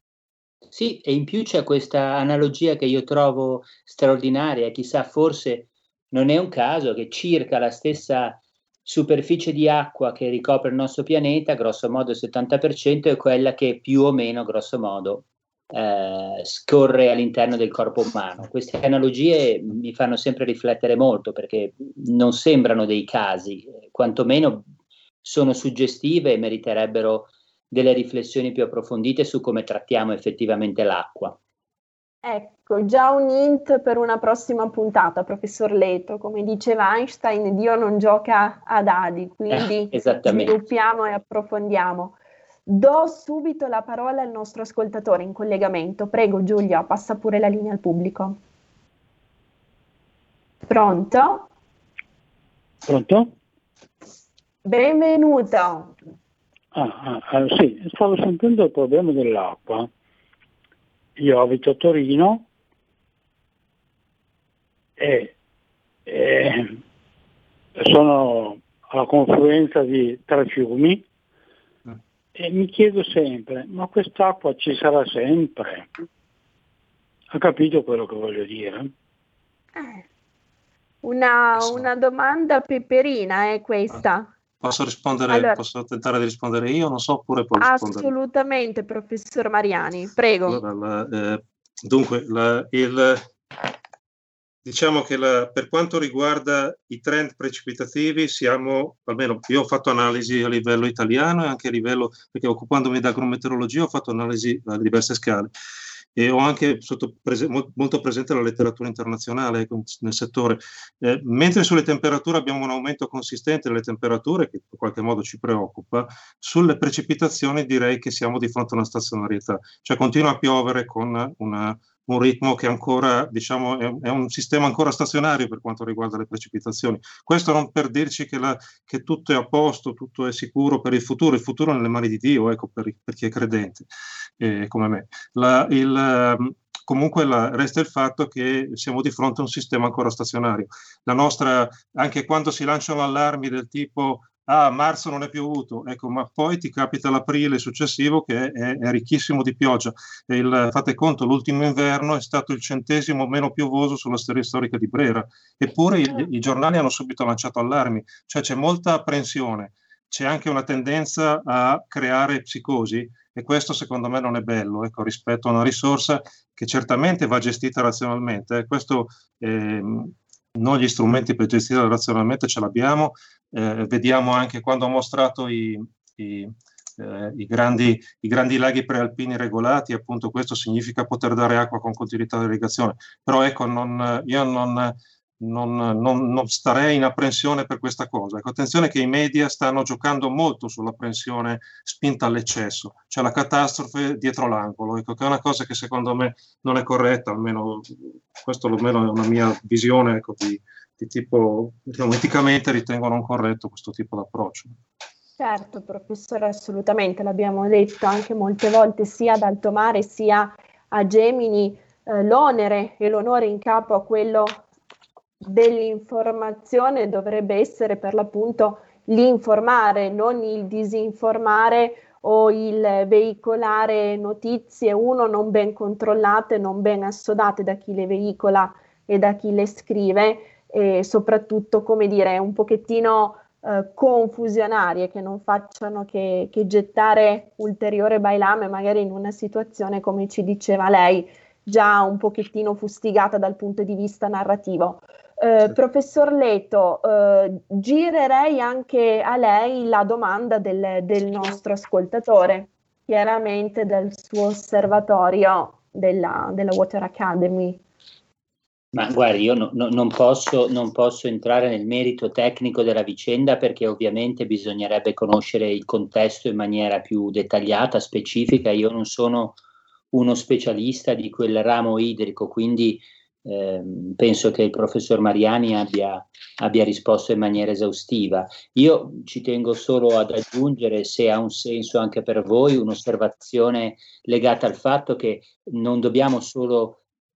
[SPEAKER 4] Sì, e in più c'è questa analogia che io trovo straordinaria, chissà, forse non è un caso che circa la stessa superficie di acqua che ricopre il nostro pianeta, grosso modo il settanta per cento, è quella che più o meno, grosso modo, eh, scorre all'interno del corpo umano. Queste analogie mi fanno sempre riflettere molto, perché non sembrano dei casi, quantomeno sono suggestive e meriterebbero delle riflessioni più approfondite su come trattiamo effettivamente l'acqua.
[SPEAKER 3] Ecco, già un hint per una prossima puntata, professor Leto. Come diceva Einstein, Dio non gioca a dadi, quindi
[SPEAKER 4] eh,
[SPEAKER 3] sviluppiamo e approfondiamo. Do subito la parola al nostro ascoltatore in collegamento. Prego Giulia, passa pure la linea al pubblico. Pronto?
[SPEAKER 9] Pronto?
[SPEAKER 3] Benvenuto.
[SPEAKER 9] Ah, ah, sì, stavo sentendo il problema dell'acqua. Io abito a Torino e, e sono alla confluenza di tre fiumi e mi chiedo sempre, ma quest'acqua ci sarà sempre? Ha capito quello che voglio dire?
[SPEAKER 3] Eh, una, una domanda peperina è questa.
[SPEAKER 5] Posso rispondere,
[SPEAKER 3] allora,
[SPEAKER 5] posso tentare di rispondere io? Non so, oppure può rispondere.
[SPEAKER 3] Assolutamente, professor Mariani, prego.
[SPEAKER 5] Allora, la, eh, dunque, la, il, diciamo che la, per quanto riguarda i trend precipitativi, siamo, almeno io ho fatto analisi a livello italiano e anche a livello, perché occupandomi di agrometeorologia ho fatto analisi a diverse scale. E ho anche sotto prese, molto presente la letteratura internazionale nel settore. Eh, mentre sulle temperature abbiamo un aumento consistente delle temperature, che in qualche modo ci preoccupa, sulle precipitazioni direi che siamo di fronte a una stazionarietà, cioè continua a piovere con una, un ritmo che ancora, diciamo, è, è un sistema ancora stazionario per quanto riguarda le precipitazioni. Questo non per dirci che, la, che tutto è a posto, tutto è sicuro per il futuro, il futuro è nelle mani di Dio, ecco, per, per chi è credente, eh, come me. La, il, comunque la, resta il fatto che siamo di fronte a un sistema ancora stazionario. La nostra, anche quando si lanciano allarmi del tipo ah, marzo non è piovuto, ecco, ma poi ti capita l'aprile successivo che è, è ricchissimo di pioggia. E il, fate conto, l'ultimo inverno è stato il centesimo meno piovoso sulla storia storica di Brera, eppure i, i giornali hanno subito lanciato allarmi, cioè c'è molta apprensione, c'è anche una tendenza a creare psicosi, e questo secondo me non è bello, ecco, rispetto a una risorsa che certamente va gestita razionalmente. Eh, questo, ehm, noi gli strumenti per gestirla razionalmente ce l'abbiamo, eh, vediamo anche quando ho mostrato i, i, eh, i, grandi, i grandi laghi prealpini regolati, appunto questo significa poter dare acqua con continuità di irrigazione, però ecco, non, io non... Non, non, non starei in apprensione per questa cosa. Ecco, attenzione che i media stanno giocando molto sull'apprensione spinta all'eccesso, cioè la catastrofe dietro l'angolo, ecco, che è una cosa che secondo me non è corretta, almeno questo almeno è una mia visione, ecco, di, di tipo, diciamo, eticamente ritengo non corretto questo tipo di approccio.
[SPEAKER 3] Certo, professore, assolutamente, l'abbiamo detto anche molte volte sia ad alto mare sia a Gemini, eh, l'onere e l'onore in capo a quello dell'informazione dovrebbe essere per l'appunto l'informare, non il disinformare o il veicolare notizie, uno, non ben controllate, non ben assodate da chi le veicola e da chi le scrive, e soprattutto, come dire, un pochettino eh, confusionarie, che non facciano che, che gettare ulteriore bailame magari in una situazione, come ci diceva lei, già un pochettino fustigata dal punto di vista narrativo. Eh, sì. Professor Leto, eh, girerei anche a lei la domanda del, del nostro ascoltatore, chiaramente dal suo osservatorio della, della Water Academy.
[SPEAKER 4] Ma guardi, io no, no, non, posso, non posso entrare nel merito tecnico della vicenda, perché ovviamente bisognerebbe conoscere il contesto in maniera più dettagliata, specifica. Io non sono uno specialista di quel ramo idrico, quindi eh, penso che il professor Mariani abbia, abbia risposto in maniera esaustiva. Io ci tengo solo ad aggiungere, se ha un senso anche per voi, un'osservazione legata al fatto che non dobbiamo solo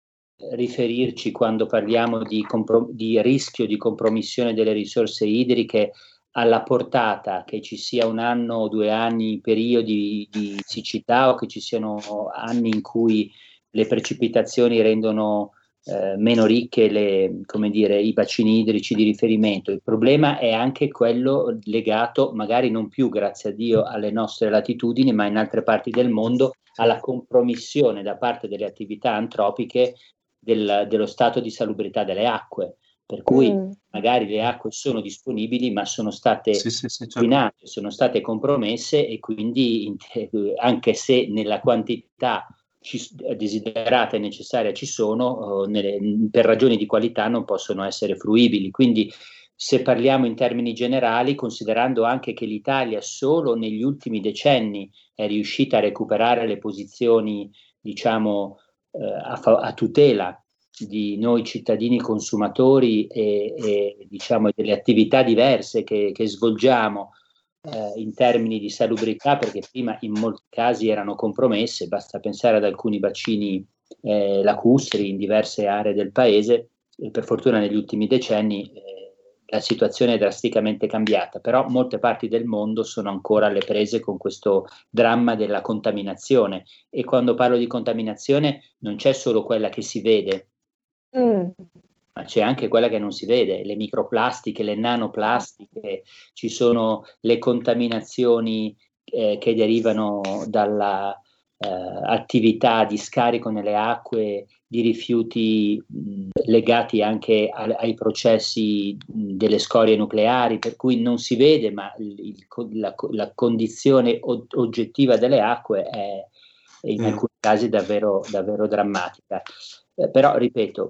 [SPEAKER 4] riferirci, quando parliamo di, comprom- di rischio di compromissione delle risorse idriche, alla portata, che ci sia un anno o due anni periodi di siccità, o che ci siano anni in cui le precipitazioni rendono eh, meno ricche le, come dire, i bacini idrici di riferimento. Il problema è anche quello legato, magari non più, grazie a Dio, alle nostre latitudini, ma in altre parti del mondo, alla compromissione da parte delle attività antropiche del, dello stato di salubrità delle acque. Per cui mm. magari le acque sono disponibili, ma sono state sì, sì, sì, inquinate, certo. sono state compromesse, e quindi anche se nella quantità ci, desiderata e necessaria ci sono, nelle, per ragioni di qualità non possono essere fruibili. Quindi, se parliamo in termini generali, considerando anche che l'Italia solo negli ultimi decenni è riuscita a recuperare le posizioni, diciamo, eh, a, a tutela di noi cittadini consumatori e, e diciamo delle attività diverse che, che svolgiamo eh, in termini di salubrità, perché prima in molti casi erano compromesse. Basta pensare ad alcuni bacini eh, lacustri in diverse aree del paese, e per fortuna negli ultimi decenni eh, la situazione è drasticamente cambiata, però molte parti del mondo sono ancora alle prese con questo dramma della contaminazione. E quando parlo di contaminazione non c'è solo quella che si vede, Mm. ma c'è anche quella che non si vede, le microplastiche, le nanoplastiche, ci sono le contaminazioni eh, che derivano dalla eh, attività di scarico nelle acque di rifiuti mh, legati anche a, ai processi mh, delle scorie nucleari, per cui non si vede, ma il, il, la, la condizione o, oggettiva delle acque è, è in mm. alcuni casi davvero, davvero drammatica. Eh, però, ripeto,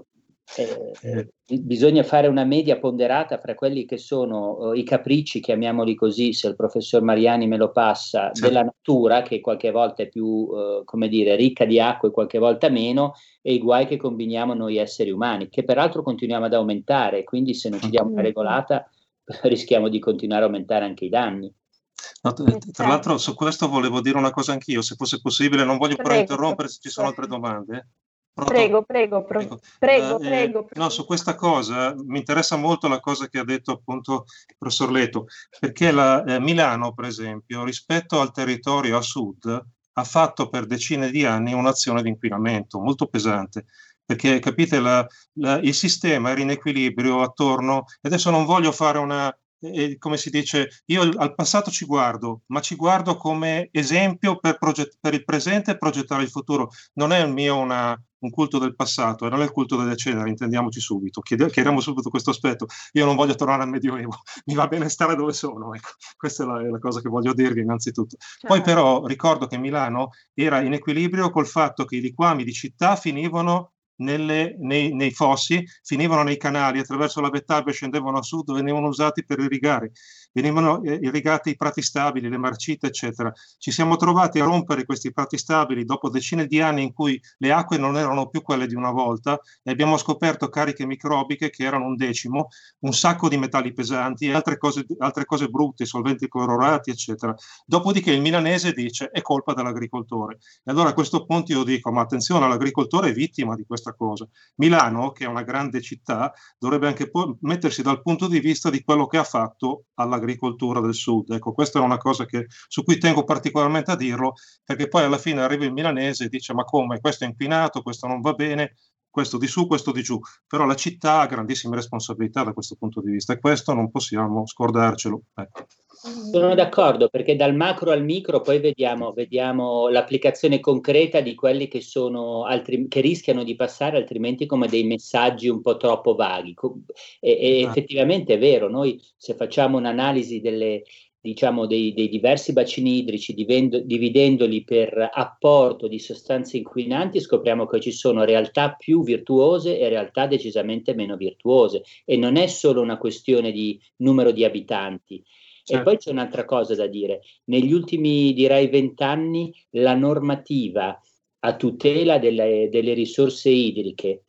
[SPEAKER 4] Eh, eh, bisogna fare una media ponderata fra quelli che sono uh, i capricci, chiamiamoli così, se il professor Mariani me lo passa, certo, della natura, che qualche volta è più, uh, come dire, ricca di acqua e qualche volta meno, e i guai che combiniamo noi esseri umani, che peraltro continuiamo ad aumentare, quindi se non ci diamo una regolata rischiamo di continuare a aumentare anche i danni.
[SPEAKER 5] No, tra, tra l'altro su questo volevo dire una cosa anch'io, se fosse possibile, non voglio però interrompere se ci sono altre domande. Pronto?
[SPEAKER 3] Prego, prego, pro-
[SPEAKER 5] Ecco.
[SPEAKER 3] prego,
[SPEAKER 5] Uh, eh,
[SPEAKER 3] prego, prego.
[SPEAKER 5] No, su questa cosa mi interessa molto la cosa che ha detto appunto il professor Leto, perché la, eh, Milano, per esempio, rispetto al territorio a sud, ha fatto per decine di anni un'azione di inquinamento molto pesante, perché capite, la, la, il sistema era in equilibrio attorno, e adesso non voglio fare una... E, come si dice, io al passato ci guardo, ma ci guardo come esempio per, proget- per il presente e progettare il futuro. Non è il mio una, un culto del passato, non è il culto delle ceneri, intendiamoci subito, Chied- chiariamo subito questo aspetto. Io non voglio tornare al Medioevo, mi va bene stare dove sono, ecco. Questa è la, è la cosa che voglio dirvi innanzitutto. Poi però ricordo che Milano era in equilibrio col fatto che i liquami di città finivano Nelle, nei, nei fossi, finivano nei canali, attraverso la Bettagua scendevano a sud, venivano usati per irrigare, venivano eh, irrigati i prati stabili, le marcite, eccetera. Ci siamo trovati a rompere questi prati stabili dopo decine di anni in cui le acque non erano più quelle di una volta, e abbiamo scoperto cariche microbiche che erano un decimo, un sacco di metalli pesanti e altre cose, altre cose brutte, solventi clorurati, eccetera. Dopodiché il milanese dice è colpa dell'agricoltore. E allora a questo punto io dico, ma attenzione, l'agricoltore è vittima di questa cosa. Milano, che è una grande città, dovrebbe anche po- mettersi dal punto di vista di quello che ha fatto all'agricoltura del sud. Ecco, questa è una cosa che, su cui tengo particolarmente a dirlo, perché poi alla fine arriva il milanese e dice ma come, questo è inquinato, questo non va bene, questo di su, questo di giù. Però la città ha grandissime responsabilità da questo punto di vista e questo non possiamo scordarcelo. Ecco.
[SPEAKER 4] Sono d'accordo, perché dal macro al micro poi vediamo, vediamo l'applicazione concreta di quelli che sono altri, che rischiano di passare altrimenti come dei messaggi un po' troppo vaghi. E, e effettivamente è vero, noi se facciamo un'analisi delle, diciamo, dei, dei diversi bacini idrici, divendo, dividendoli per apporto di sostanze inquinanti, scopriamo che ci sono realtà più virtuose e realtà decisamente meno virtuose. E non è solo una questione di numero di abitanti. Certo. E poi c'è un'altra cosa da dire. Negli ultimi, direi, vent'anni la normativa a tutela delle, delle risorse idriche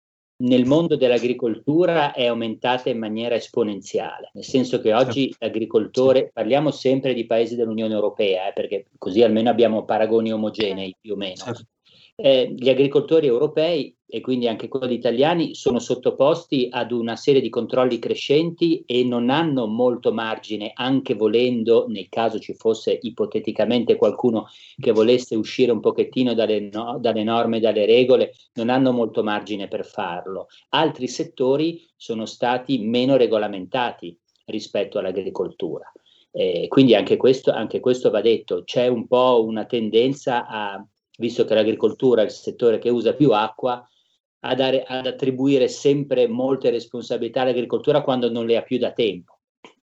[SPEAKER 4] nel mondo dell'agricoltura è aumentata in maniera esponenziale, nel senso che oggi certo. l'agricoltore, parliamo sempre di paesi dell'Unione Europea, eh, perché così almeno abbiamo paragoni omogenei più o meno. Certo. Eh, gli agricoltori europei e quindi anche quelli italiani sono sottoposti ad una serie di controlli crescenti e non hanno molto margine, anche volendo, nel caso ci fosse ipoteticamente qualcuno che volesse uscire un pochettino dalle, no, dalle norme, dalle regole, non hanno molto margine per farlo. Altri settori sono stati meno regolamentati rispetto all'agricoltura. Eh, quindi anche questo, anche questo va detto, c'è un po' una tendenza a, visto che l'agricoltura è il settore che usa più acqua, a dare, ad attribuire sempre molte responsabilità all'agricoltura quando non le ha più da tempo.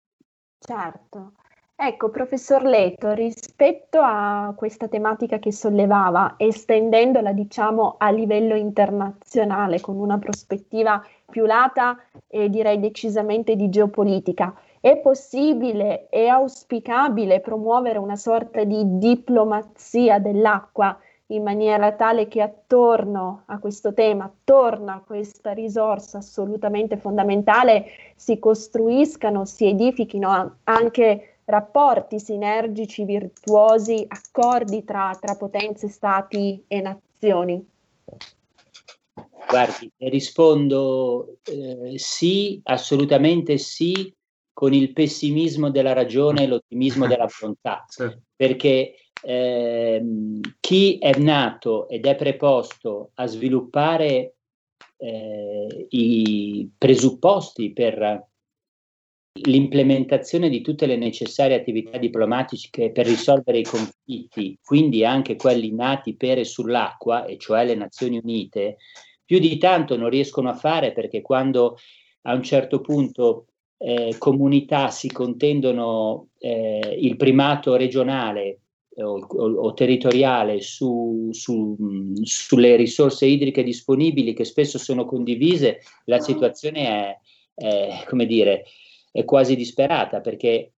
[SPEAKER 3] Certo. Ecco, professor Leto, rispetto a questa tematica che sollevava, estendendola, diciamo, a livello internazionale, con una prospettiva più lata e direi decisamente di geopolitica, è possibile, è auspicabile promuovere una sorta di diplomazia dell'acqua in maniera tale che attorno a questo tema, attorno a questa risorsa assolutamente fondamentale, si costruiscano, si edifichino anche rapporti sinergici, virtuosi, accordi tra, tra potenze, stati e nazioni?
[SPEAKER 4] Guardi, rispondo eh, sì, assolutamente sì, con il pessimismo della ragione e l'ottimismo della volontà, sì. Perché eh, chi è nato ed è preposto a sviluppare eh, i presupposti per l'implementazione di tutte le necessarie attività diplomatiche per risolvere i conflitti, quindi anche quelli nati per e sull'acqua, e cioè le Nazioni Unite, più di tanto non riescono a fare, perché quando a un certo punto eh, comunità si contendono eh, il primato regionale o, o, o territoriale su, su, mh, sulle risorse idriche disponibili, che spesso sono condivise, la situazione è, è come dire, è quasi disperata, perché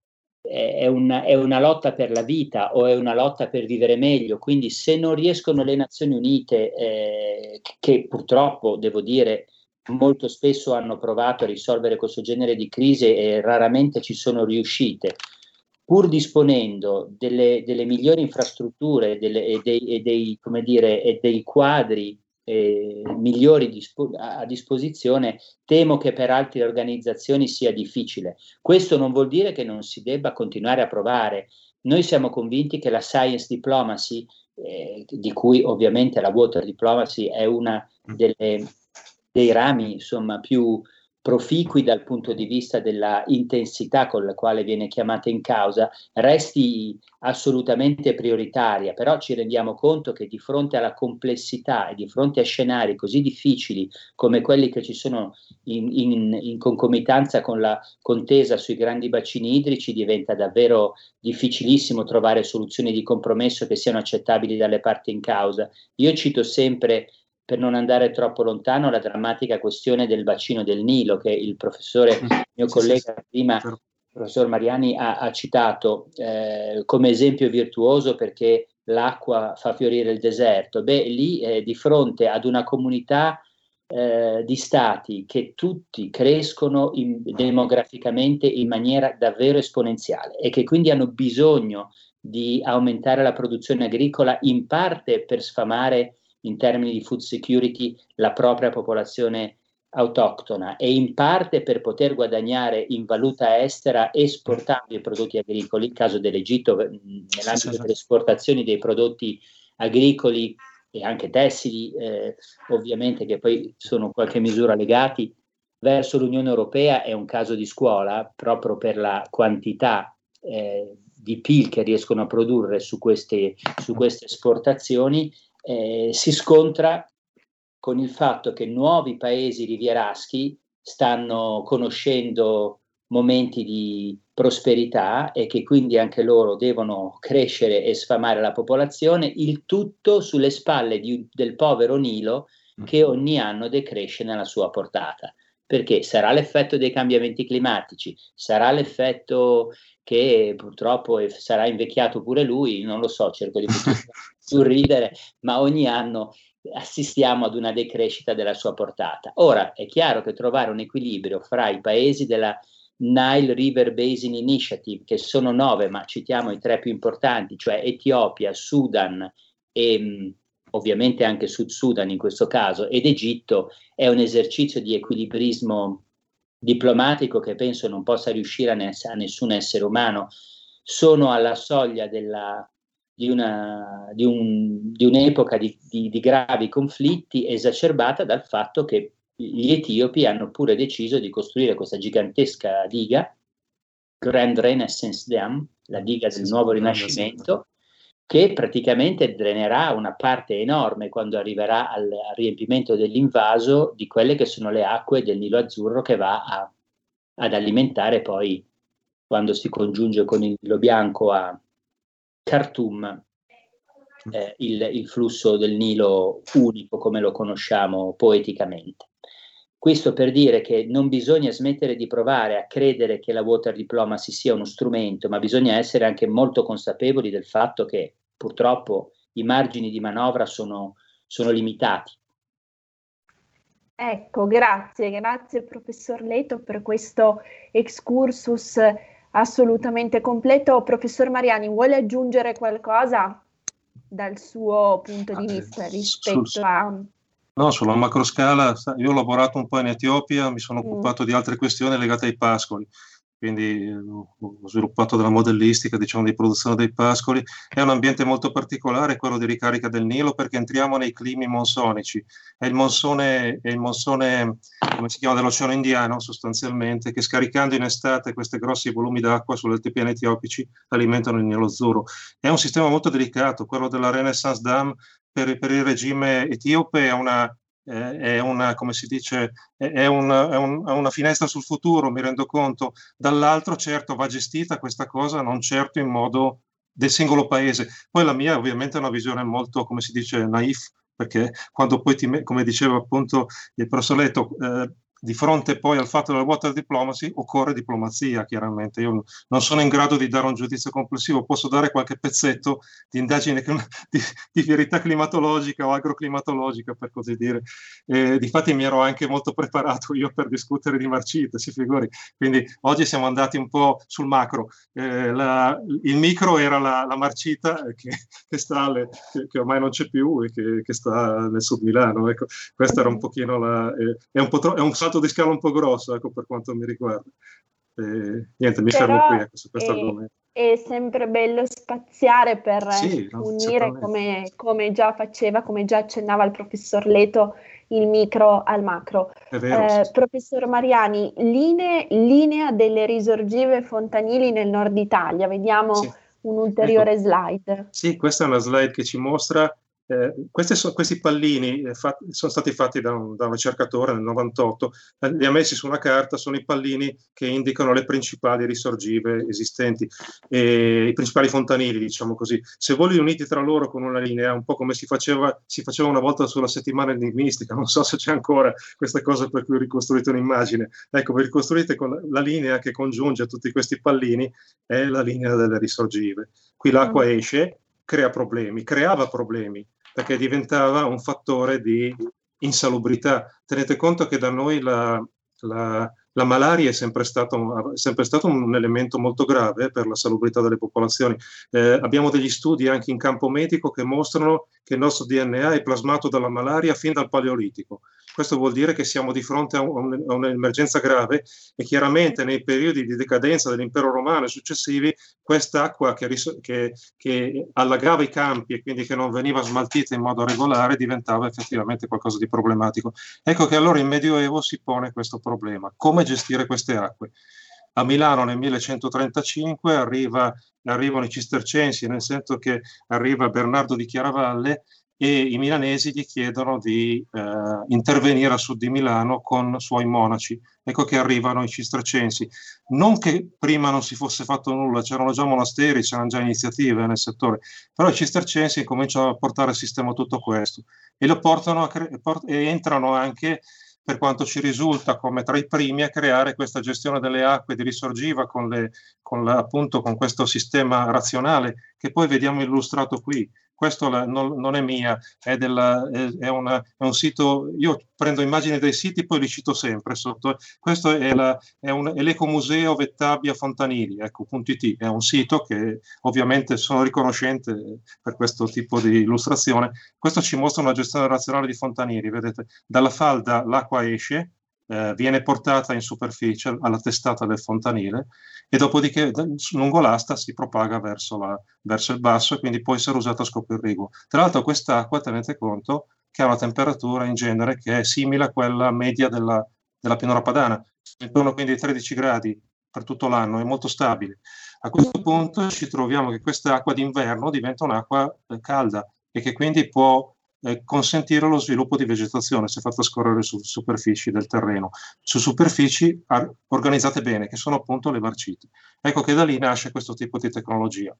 [SPEAKER 4] è una, è una lotta per la vita o è una lotta per vivere meglio. Quindi se non riescono le Nazioni Unite, eh, che purtroppo, devo dire, molto spesso hanno provato a risolvere questo genere di crisi e raramente ci sono riuscite, pur disponendo delle, delle migliori infrastrutture delle, e, dei, e, dei, come dire, e dei quadri eh, migliori dispo- a disposizione, temo che per altre organizzazioni sia difficile. Questo non vuol dire che non si debba continuare a provare. Noi siamo convinti che la science diplomacy, eh, di cui ovviamente la water diplomacy è una delle, dei rami insomma più proficui dal punto di vista della intensità con la quale viene chiamata in causa, resti assolutamente prioritaria, però ci rendiamo conto che di fronte alla complessità e di fronte a scenari così difficili come quelli che ci sono in, in, in concomitanza con la contesa sui grandi bacini idrici, diventa davvero difficilissimo trovare soluzioni di compromesso che siano accettabili dalle parti in causa. Io cito sempre, per non andare troppo lontano, la drammatica questione del bacino del Nilo, che il professore, mio collega prima, il professor Mariani, ha, ha citato eh, come esempio virtuoso perché l'acqua fa fiorire il deserto. Beh, lì eh, di fronte ad una comunità eh, di stati che tutti crescono in, demograficamente in maniera davvero esponenziale e che quindi hanno bisogno di aumentare la produzione agricola, in parte per sfamare in termini di food security la propria popolazione autoctona e in parte per poter guadagnare in valuta estera esportando i prodotti agricoli. Il caso dell'Egitto, nell'ambito delle esportazioni dei prodotti agricoli e anche tessili, eh, ovviamente, che poi sono in qualche misura legati verso l'Unione Europea, è un caso di scuola proprio per la quantità eh, di P I L che riescono a produrre su queste, su queste esportazioni. Eh, si scontra con il fatto che nuovi paesi rivieraschi stanno conoscendo momenti di prosperità e che quindi anche loro devono crescere e sfamare la popolazione, il tutto sulle spalle di, del povero Nilo che ogni anno decresce nella sua portata. Perché sarà l'effetto dei cambiamenti climatici, sarà l'effetto che purtroppo sarà invecchiato pure lui, non lo so, cerco di sorridere, ma ogni anno assistiamo ad una decrescita della sua portata. Ora è chiaro che trovare un equilibrio fra i paesi della Nile River Basin Initiative, che sono nove, ma citiamo i tre più importanti, cioè Etiopia, Sudan e mh, ovviamente anche Sud Sudan in questo caso, ed Egitto, è un esercizio di equilibrismo diplomatico che penso non possa riuscire a, ness- a nessun essere umano. Sono alla soglia della, di, una, di, un, di un'epoca di, di, di gravi conflitti, esacerbata dal fatto che gli etiopi hanno pure deciso di costruire questa gigantesca diga, Grand Renaissance Dam, la diga del nuovo rinascimento, che praticamente drenerà una parte enorme quando arriverà al, al riempimento dell'invaso di quelle che sono le acque del Nilo Azzurro, che va a, ad alimentare poi, quando si congiunge con il Nilo Bianco a Khartoum, eh, il, il flusso del Nilo unico come lo conosciamo poeticamente. Questo per dire che non bisogna smettere di provare a credere che la water diplomacy sia uno strumento, ma bisogna essere anche molto consapevoli del fatto che purtroppo i margini di manovra sono, sono limitati.
[SPEAKER 3] Ecco, grazie, grazie professor Leto per questo excursus assolutamente completo. Professor Mariani, vuole aggiungere qualcosa dal suo punto di vista rispetto
[SPEAKER 5] sul,
[SPEAKER 3] a...
[SPEAKER 5] No, sulla macroscala, io ho lavorato un po' in Etiopia, mi sono occupato mm. di altre questioni legate ai pascoli, quindi ho sviluppato della modellistica, diciamo, di produzione dei pascoli. È un ambiente molto particolare quello di ricarica del Nilo, perché entriamo nei climi monsonici. È il monsone, è il monsone come si chiama, dell'Oceano Indiano sostanzialmente, che scaricando in estate questi grossi volumi d'acqua sulle altipiani etiopici alimentano il Nilo Azzurro. È un sistema molto delicato, quello della Renaissance Dam. Per, per il regime etiope è una, eh, è una, come si dice, è, una, è, un, è una finestra sul futuro, mi rendo conto. Dall'altro, certo, va gestita questa cosa non certo in modo del singolo paese. Poi la mia ovviamente è una visione molto, come si dice, naif, perché quando poi ti, come diceva appunto il professor Leto, eh, di fronte poi al fatto della water diplomacy occorre diplomazia, chiaramente. Io non sono in grado di dare un giudizio complessivo, posso dare qualche pezzetto di indagine di, di verità climatologica o agroclimatologica, per così dire. Eh, difatti mi ero anche molto preparato io per discutere di marcite, si figuri. Quindi oggi siamo andati un po' sul macro. Eh, la, il micro era la, la marcita che, che sta alle, che, che ormai non c'è più e che, che sta nel sud Milano. Ecco, questa era un pochino la... Eh, è un po' tro- è un salto di scala un po' grosso, ecco, per quanto mi riguarda. Eh, niente, mi
[SPEAKER 3] Però
[SPEAKER 5] fermo qui ecco, su questo
[SPEAKER 3] è,
[SPEAKER 5] argomento.
[SPEAKER 3] è sempre bello spaziare per
[SPEAKER 5] Sì, no,
[SPEAKER 3] unire, come, come già faceva, come già accennava il professor Leto, il micro al macro.
[SPEAKER 5] È vero,
[SPEAKER 3] Eh,
[SPEAKER 5] sì.
[SPEAKER 3] Professor Mariani, linee, linea delle risorgive fontanili nel nord Italia. Vediamo
[SPEAKER 5] Sì.
[SPEAKER 3] un'ulteriore
[SPEAKER 5] Ecco,
[SPEAKER 3] slide.
[SPEAKER 5] sì, questa è una slide che ci mostra. Eh, questi, so, questi pallini eh, fat, sono stati fatti da un, da un ricercatore nel novantotto, eh, li ha messi su una carta, sono i pallini che indicano le principali risorgive esistenti, eh, i principali fontanili, diciamo così. Se voi li uniti tra loro con una linea, un po' come si faceva, si faceva una volta sulla settimana enigmistica, non so se c'è ancora questa cosa per cui ricostruite un'immagine. Ecco, vi ricostruite con la, la linea che congiunge tutti questi pallini, è la linea delle risorgive. Qui l'acqua
[SPEAKER 3] Mm.
[SPEAKER 5] esce, crea problemi, creava problemi, perché diventava un fattore di insalubrità. Tenete conto che da noi la, la, la malaria è sempre stato, è sempre stato un elemento molto grave per la salubrità delle popolazioni. Eh, abbiamo degli studi anche in campo medico che mostrano che il nostro D N A è plasmato dalla malaria fin dal Paleolitico. Questo vuol dire che siamo di fronte a, un, a un'emergenza grave e chiaramente nei periodi di decadenza dell'impero romano e successivi quest'acqua che, che, che allagava i campi e quindi che non veniva smaltita in modo regolare diventava effettivamente qualcosa di problematico. Ecco che allora in Medioevo si pone questo problema. Come gestire queste acque? A Milano nel millecentotrentacinque arriva, arrivano i cistercensi, nel senso che arriva Bernardo di Chiaravalle e i milanesi gli chiedono di eh, intervenire a sud di Milano con suoi monaci. Ecco che arrivano i cistercensi. Non che prima non si fosse fatto nulla, c'erano già monasteri, c'erano già iniziative nel settore, però i cistercensi cominciano a portare a sistema tutto questo e lo portano a cre- port- e entrano anche, per quanto ci risulta, come tra i primi a creare questa gestione delle acque di risorgiva con, le, con, la, appunto, con questo sistema razionale che poi vediamo illustrato qui. Questo la, non, non è mia, è, della, è, è, una, è un sito, io prendo immagini dei siti poi li cito sempre sotto. Questo è, la, è, un, è l'Ecomuseo Vettabbia Fontanili, ecco, .it, è un sito che ovviamente sono riconoscente per questo tipo di illustrazione. Questo ci mostra una gestione razionale di fontanili, vedete, dalla falda l'acqua esce, eh, viene portata in superficie alla testata del fontanile e dopodiché lungo l'asta si propaga verso, la, verso il basso e quindi può essere usata a scopo irriguo. Tra l'altro quest'acqua, tenete conto, che ha una temperatura in genere che è simile a quella media della, della pianura padana, intorno quindi ai tredici gradi per tutto l'anno, è molto stabile. A questo punto ci troviamo che quest'acqua d'inverno diventa un'acqua eh, calda e che quindi può Eh, consentire lo sviluppo di vegetazione se fatta scorrere su superfici del terreno, su superfici ar- organizzate bene, che sono appunto le marcite. Ecco che da lì nasce questo tipo di tecnologia.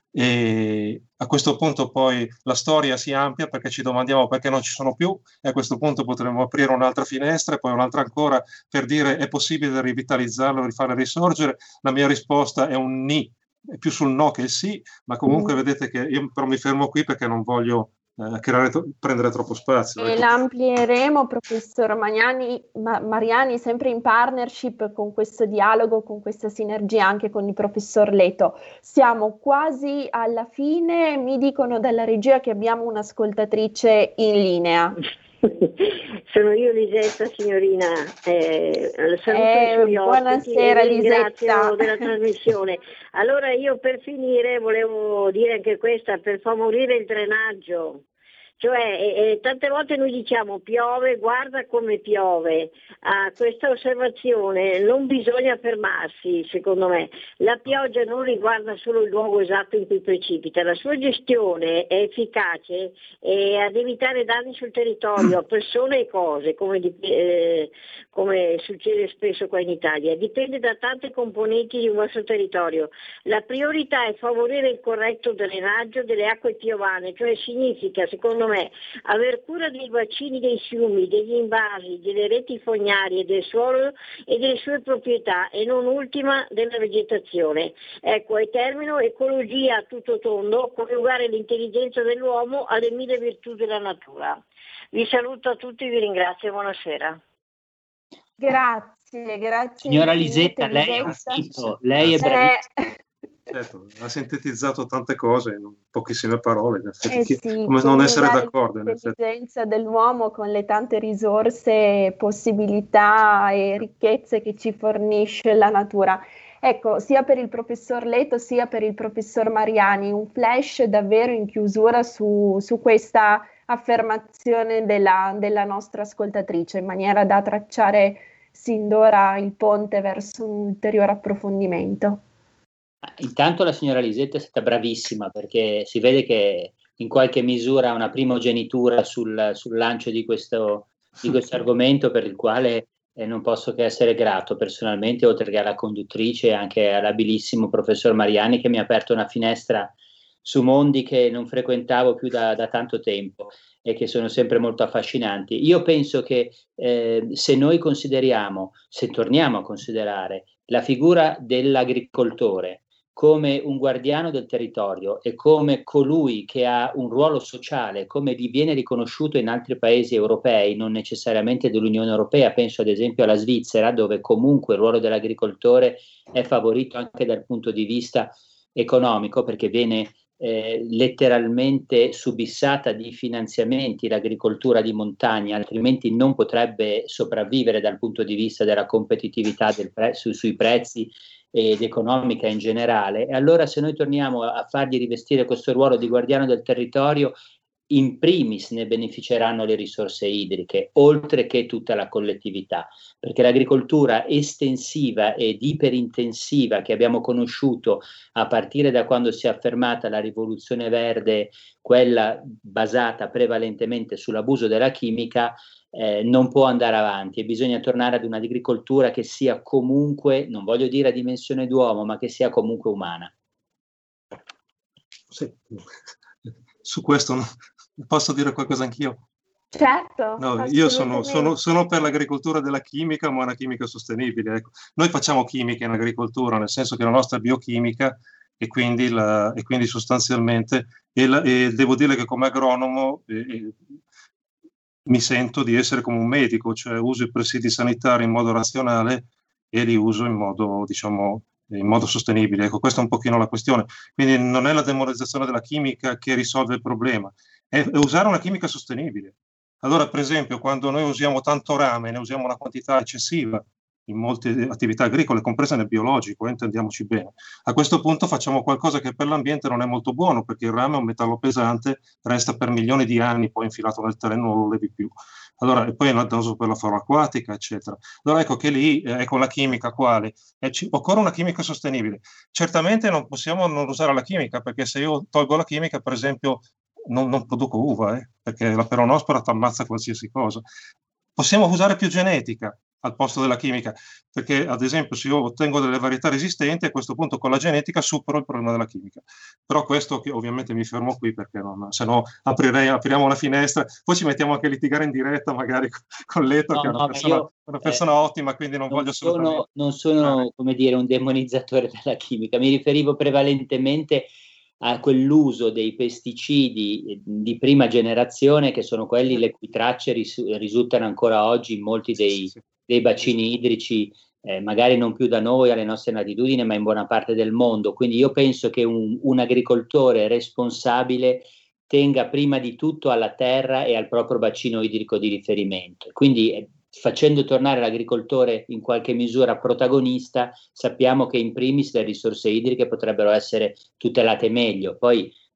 [SPEAKER 5] E a questo punto poi la storia si amplia perché ci domandiamo perché non ci sono più e a questo punto potremmo aprire un'altra finestra e poi un'altra ancora per dire è possibile rivitalizzarlo, rifare risorgere. La mia risposta è un ni, è più sul no che il sì, ma comunque vedete che io però mi fermo qui perché non voglio Eh, creare, prendere troppo spazio.
[SPEAKER 3] E
[SPEAKER 5] ecco.
[SPEAKER 3] l'amplieremo, professor Mariani, Ma- Mariani, sempre in partnership con questo dialogo, con questa sinergia anche con il professor Leto. Siamo quasi alla fine, mi dicono dalla regia che abbiamo un'ascoltatrice in linea.
[SPEAKER 10] Sono io Lisetta, signorina, eh, saluto
[SPEAKER 3] Eh,
[SPEAKER 10] i suoi ospiti
[SPEAKER 3] buonasera,
[SPEAKER 10] e vi ringrazio
[SPEAKER 3] Lisetta.
[SPEAKER 10] della trasmissione. Allora io per finire volevo dire anche questa, per favorire il drenaggio Cioè, eh, tante volte noi diciamo piove, guarda come piove. A questa osservazione non bisogna fermarsi, secondo me. La pioggia non riguarda solo il luogo esatto in cui precipita, la sua gestione è efficace eh, ad evitare danni sul territorio, a persone e cose, come, di, eh, come succede spesso qua in Italia. Dipende da tante componenti di un vostro territorio. La priorità è favorire il corretto drenaggio delle acque piovane, cioè significa, secondo me, aver cura dei bacini dei fiumi, degli invasi, delle reti fognarie, del suolo e delle sue proprietà e non ultima della vegetazione. Ecco, e termino, ecologia a tutto tondo, coniugare l'intelligenza dell'uomo alle mille virtù della natura. Vi saluto a tutti, vi ringrazio e buonasera.
[SPEAKER 3] Grazie, grazie.
[SPEAKER 4] Signora
[SPEAKER 3] infinite,
[SPEAKER 4] Lisetta, lei è un
[SPEAKER 3] Lisetta.
[SPEAKER 4] sito, lei è bravissima.
[SPEAKER 3] Eh,
[SPEAKER 5] Certo, ha sintetizzato tante cose in pochissime parole, in effetti,
[SPEAKER 3] eh
[SPEAKER 5] chi-
[SPEAKER 3] sì,
[SPEAKER 5] come non essere
[SPEAKER 3] coniugare
[SPEAKER 5] d'accordo, in effetti.
[SPEAKER 3] l'intelligenza dell'uomo con le tante risorse, possibilità e ricchezze che ci fornisce la natura. Ecco, sia per il professor Leto sia per il professor Mariani, un flash davvero in chiusura su, su questa affermazione della, della nostra ascoltatrice, in maniera da tracciare sin d'ora il ponte verso un ulteriore approfondimento.
[SPEAKER 4] Intanto la signora Lisetta è stata bravissima, perché si vede che in qualche misura ha una primogenitura sul, sul lancio di questo, di questo argomento, per il quale eh, non posso che essere grato personalmente, oltre che alla conduttrice e anche all'abilissimo professor Mariani, che mi ha aperto una finestra su mondi che non frequentavo più da, da tanto tempo e che sono sempre molto affascinanti. Io penso che eh, se noi consideriamo, se torniamo a considerare la figura dell'agricoltore come un guardiano del territorio e come colui che ha un ruolo sociale, come vi viene riconosciuto in altri paesi europei, non necessariamente dell'Unione Europea, penso ad esempio alla Svizzera, dove comunque il ruolo dell'agricoltore è favorito anche dal punto di vista economico, perché viene eh, letteralmente subissata di finanziamenti l'agricoltura di montagna, altrimenti non potrebbe sopravvivere dal punto di vista della competitività del pre- su, sui prezzi ed economica in generale. E allora, se noi torniamo a fargli rivestire questo ruolo di guardiano del territorio, in primis ne beneficeranno le risorse idriche, oltre che tutta la collettività, perché l'agricoltura estensiva ed iperintensiva che abbiamo conosciuto a partire da quando si è affermata la rivoluzione verde, quella basata prevalentemente sull'abuso della chimica, eh, non può andare avanti, e bisogna tornare ad un'agricoltura che sia comunque, non voglio dire a dimensione d'uomo, ma che sia comunque umana.
[SPEAKER 5] Sì. Su questo no, posso dire qualcosa anch'io?
[SPEAKER 3] Certo.
[SPEAKER 5] No, io sono, sono, sono per l'agricoltura della chimica, ma una chimica sostenibile. Ecco. Noi facciamo chimica in agricoltura, nel senso che la nostra è biochimica, e quindi, la, e quindi sostanzialmente, e, la, e devo dire che come agronomo eh, eh, mi sento di essere come un medico, cioè uso i presidi sanitari in modo razionale e li uso in modo, diciamo, in modo sostenibile. Ecco, questa è un pochino la questione. Quindi non è la demonizzazione della chimica che risolve il problema, è, è usare una chimica sostenibile. Allora, per esempio, quando noi usiamo tanto rame, ne usiamo una quantità eccessiva in molte attività agricole, comprese nel biologico, eh, intendiamoci bene. A questo punto facciamo qualcosa che per l'ambiente non è molto buono, perché il rame è un metallo pesante, resta per milioni di anni poi infilato nel terreno, non lo levi più. Allora, e poi è dannoso per la fauna acquatica, eccetera. Allora ecco che lì, eh, ecco la chimica quale, eh, ci, occorre una chimica sostenibile. Certamente non possiamo non usare la chimica, perché se io tolgo la chimica, per esempio, non, non produco uva, eh, perché la peronospora ti ammazza qualsiasi cosa. Possiamo usare più genetica al posto della chimica, perché ad esempio se io ottengo delle varietà resistenti, a questo punto con la genetica supero il problema della chimica. Però questo, che ovviamente mi fermo qui, perché non, se no aprirei, apriamo una finestra, poi ci mettiamo anche a litigare in diretta magari con Leto, no, che è una, no, persona, io, una persona eh, ottima, quindi non, non voglio assolutamente...
[SPEAKER 4] Sono, non sono, come dire, un demonizzatore della chimica, mi riferivo prevalentemente a quell'uso dei pesticidi di prima generazione, che sono quelli le cui tracce ris- risultano ancora oggi in molti dei, dei bacini idrici, eh, magari non più da noi alle nostre latitudini, ma in buona parte del mondo. Quindi io penso che un, un agricoltore responsabile tenga prima di tutto alla terra e al proprio bacino idrico di riferimento. Quindi eh, facendo tornare l'agricoltore in qualche misura protagonista, sappiamo che in primis le risorse idriche potrebbero essere tutelate meglio. Poi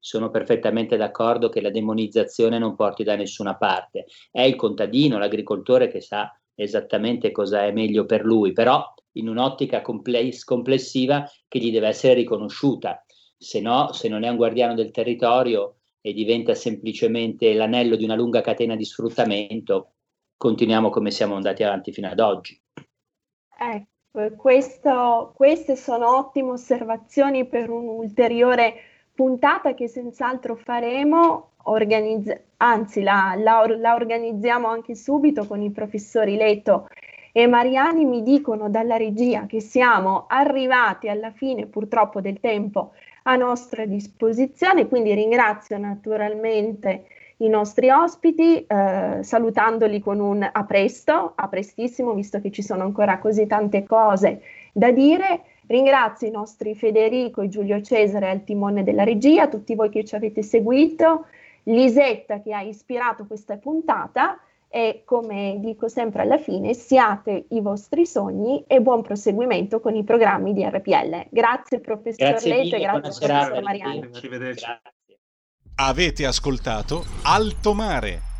[SPEAKER 4] sono perfettamente d'accordo che la demonizzazione non porti da nessuna parte. È il contadino, l'agricoltore che sa esattamente cosa è meglio per lui, però in un'ottica compless- complessiva che gli deve essere riconosciuta. Se no, se non è un guardiano del territorio e diventa semplicemente l'anello di una lunga catena di sfruttamento, continuiamo come siamo andati avanti fino ad oggi.
[SPEAKER 3] Ecco, questo, queste sono ottime osservazioni per un'ulteriore puntata che senz'altro faremo, organizz- anzi la, la, la organizziamo anche subito con i professori Leto e Mariani. Mi dicono dalla regia che siamo arrivati alla fine purtroppo del tempo a nostra disposizione, quindi ringrazio naturalmente i nostri ospiti, eh, salutandoli con un a presto, a prestissimo, visto che ci sono ancora così tante cose da dire. Ringrazio i nostri Federico e Giulio Cesare al timone della regia, tutti voi che ci avete seguito, Lisetta che ha ispirato questa puntata e, come dico sempre alla fine, siate i vostri sogni e buon proseguimento con i programmi di R P L. Grazie professor
[SPEAKER 4] Grazie
[SPEAKER 3] Leto e
[SPEAKER 4] mille,
[SPEAKER 3] grazie professor Mariani.
[SPEAKER 5] Arrivederci.
[SPEAKER 1] Avete ascoltato Alto Mare.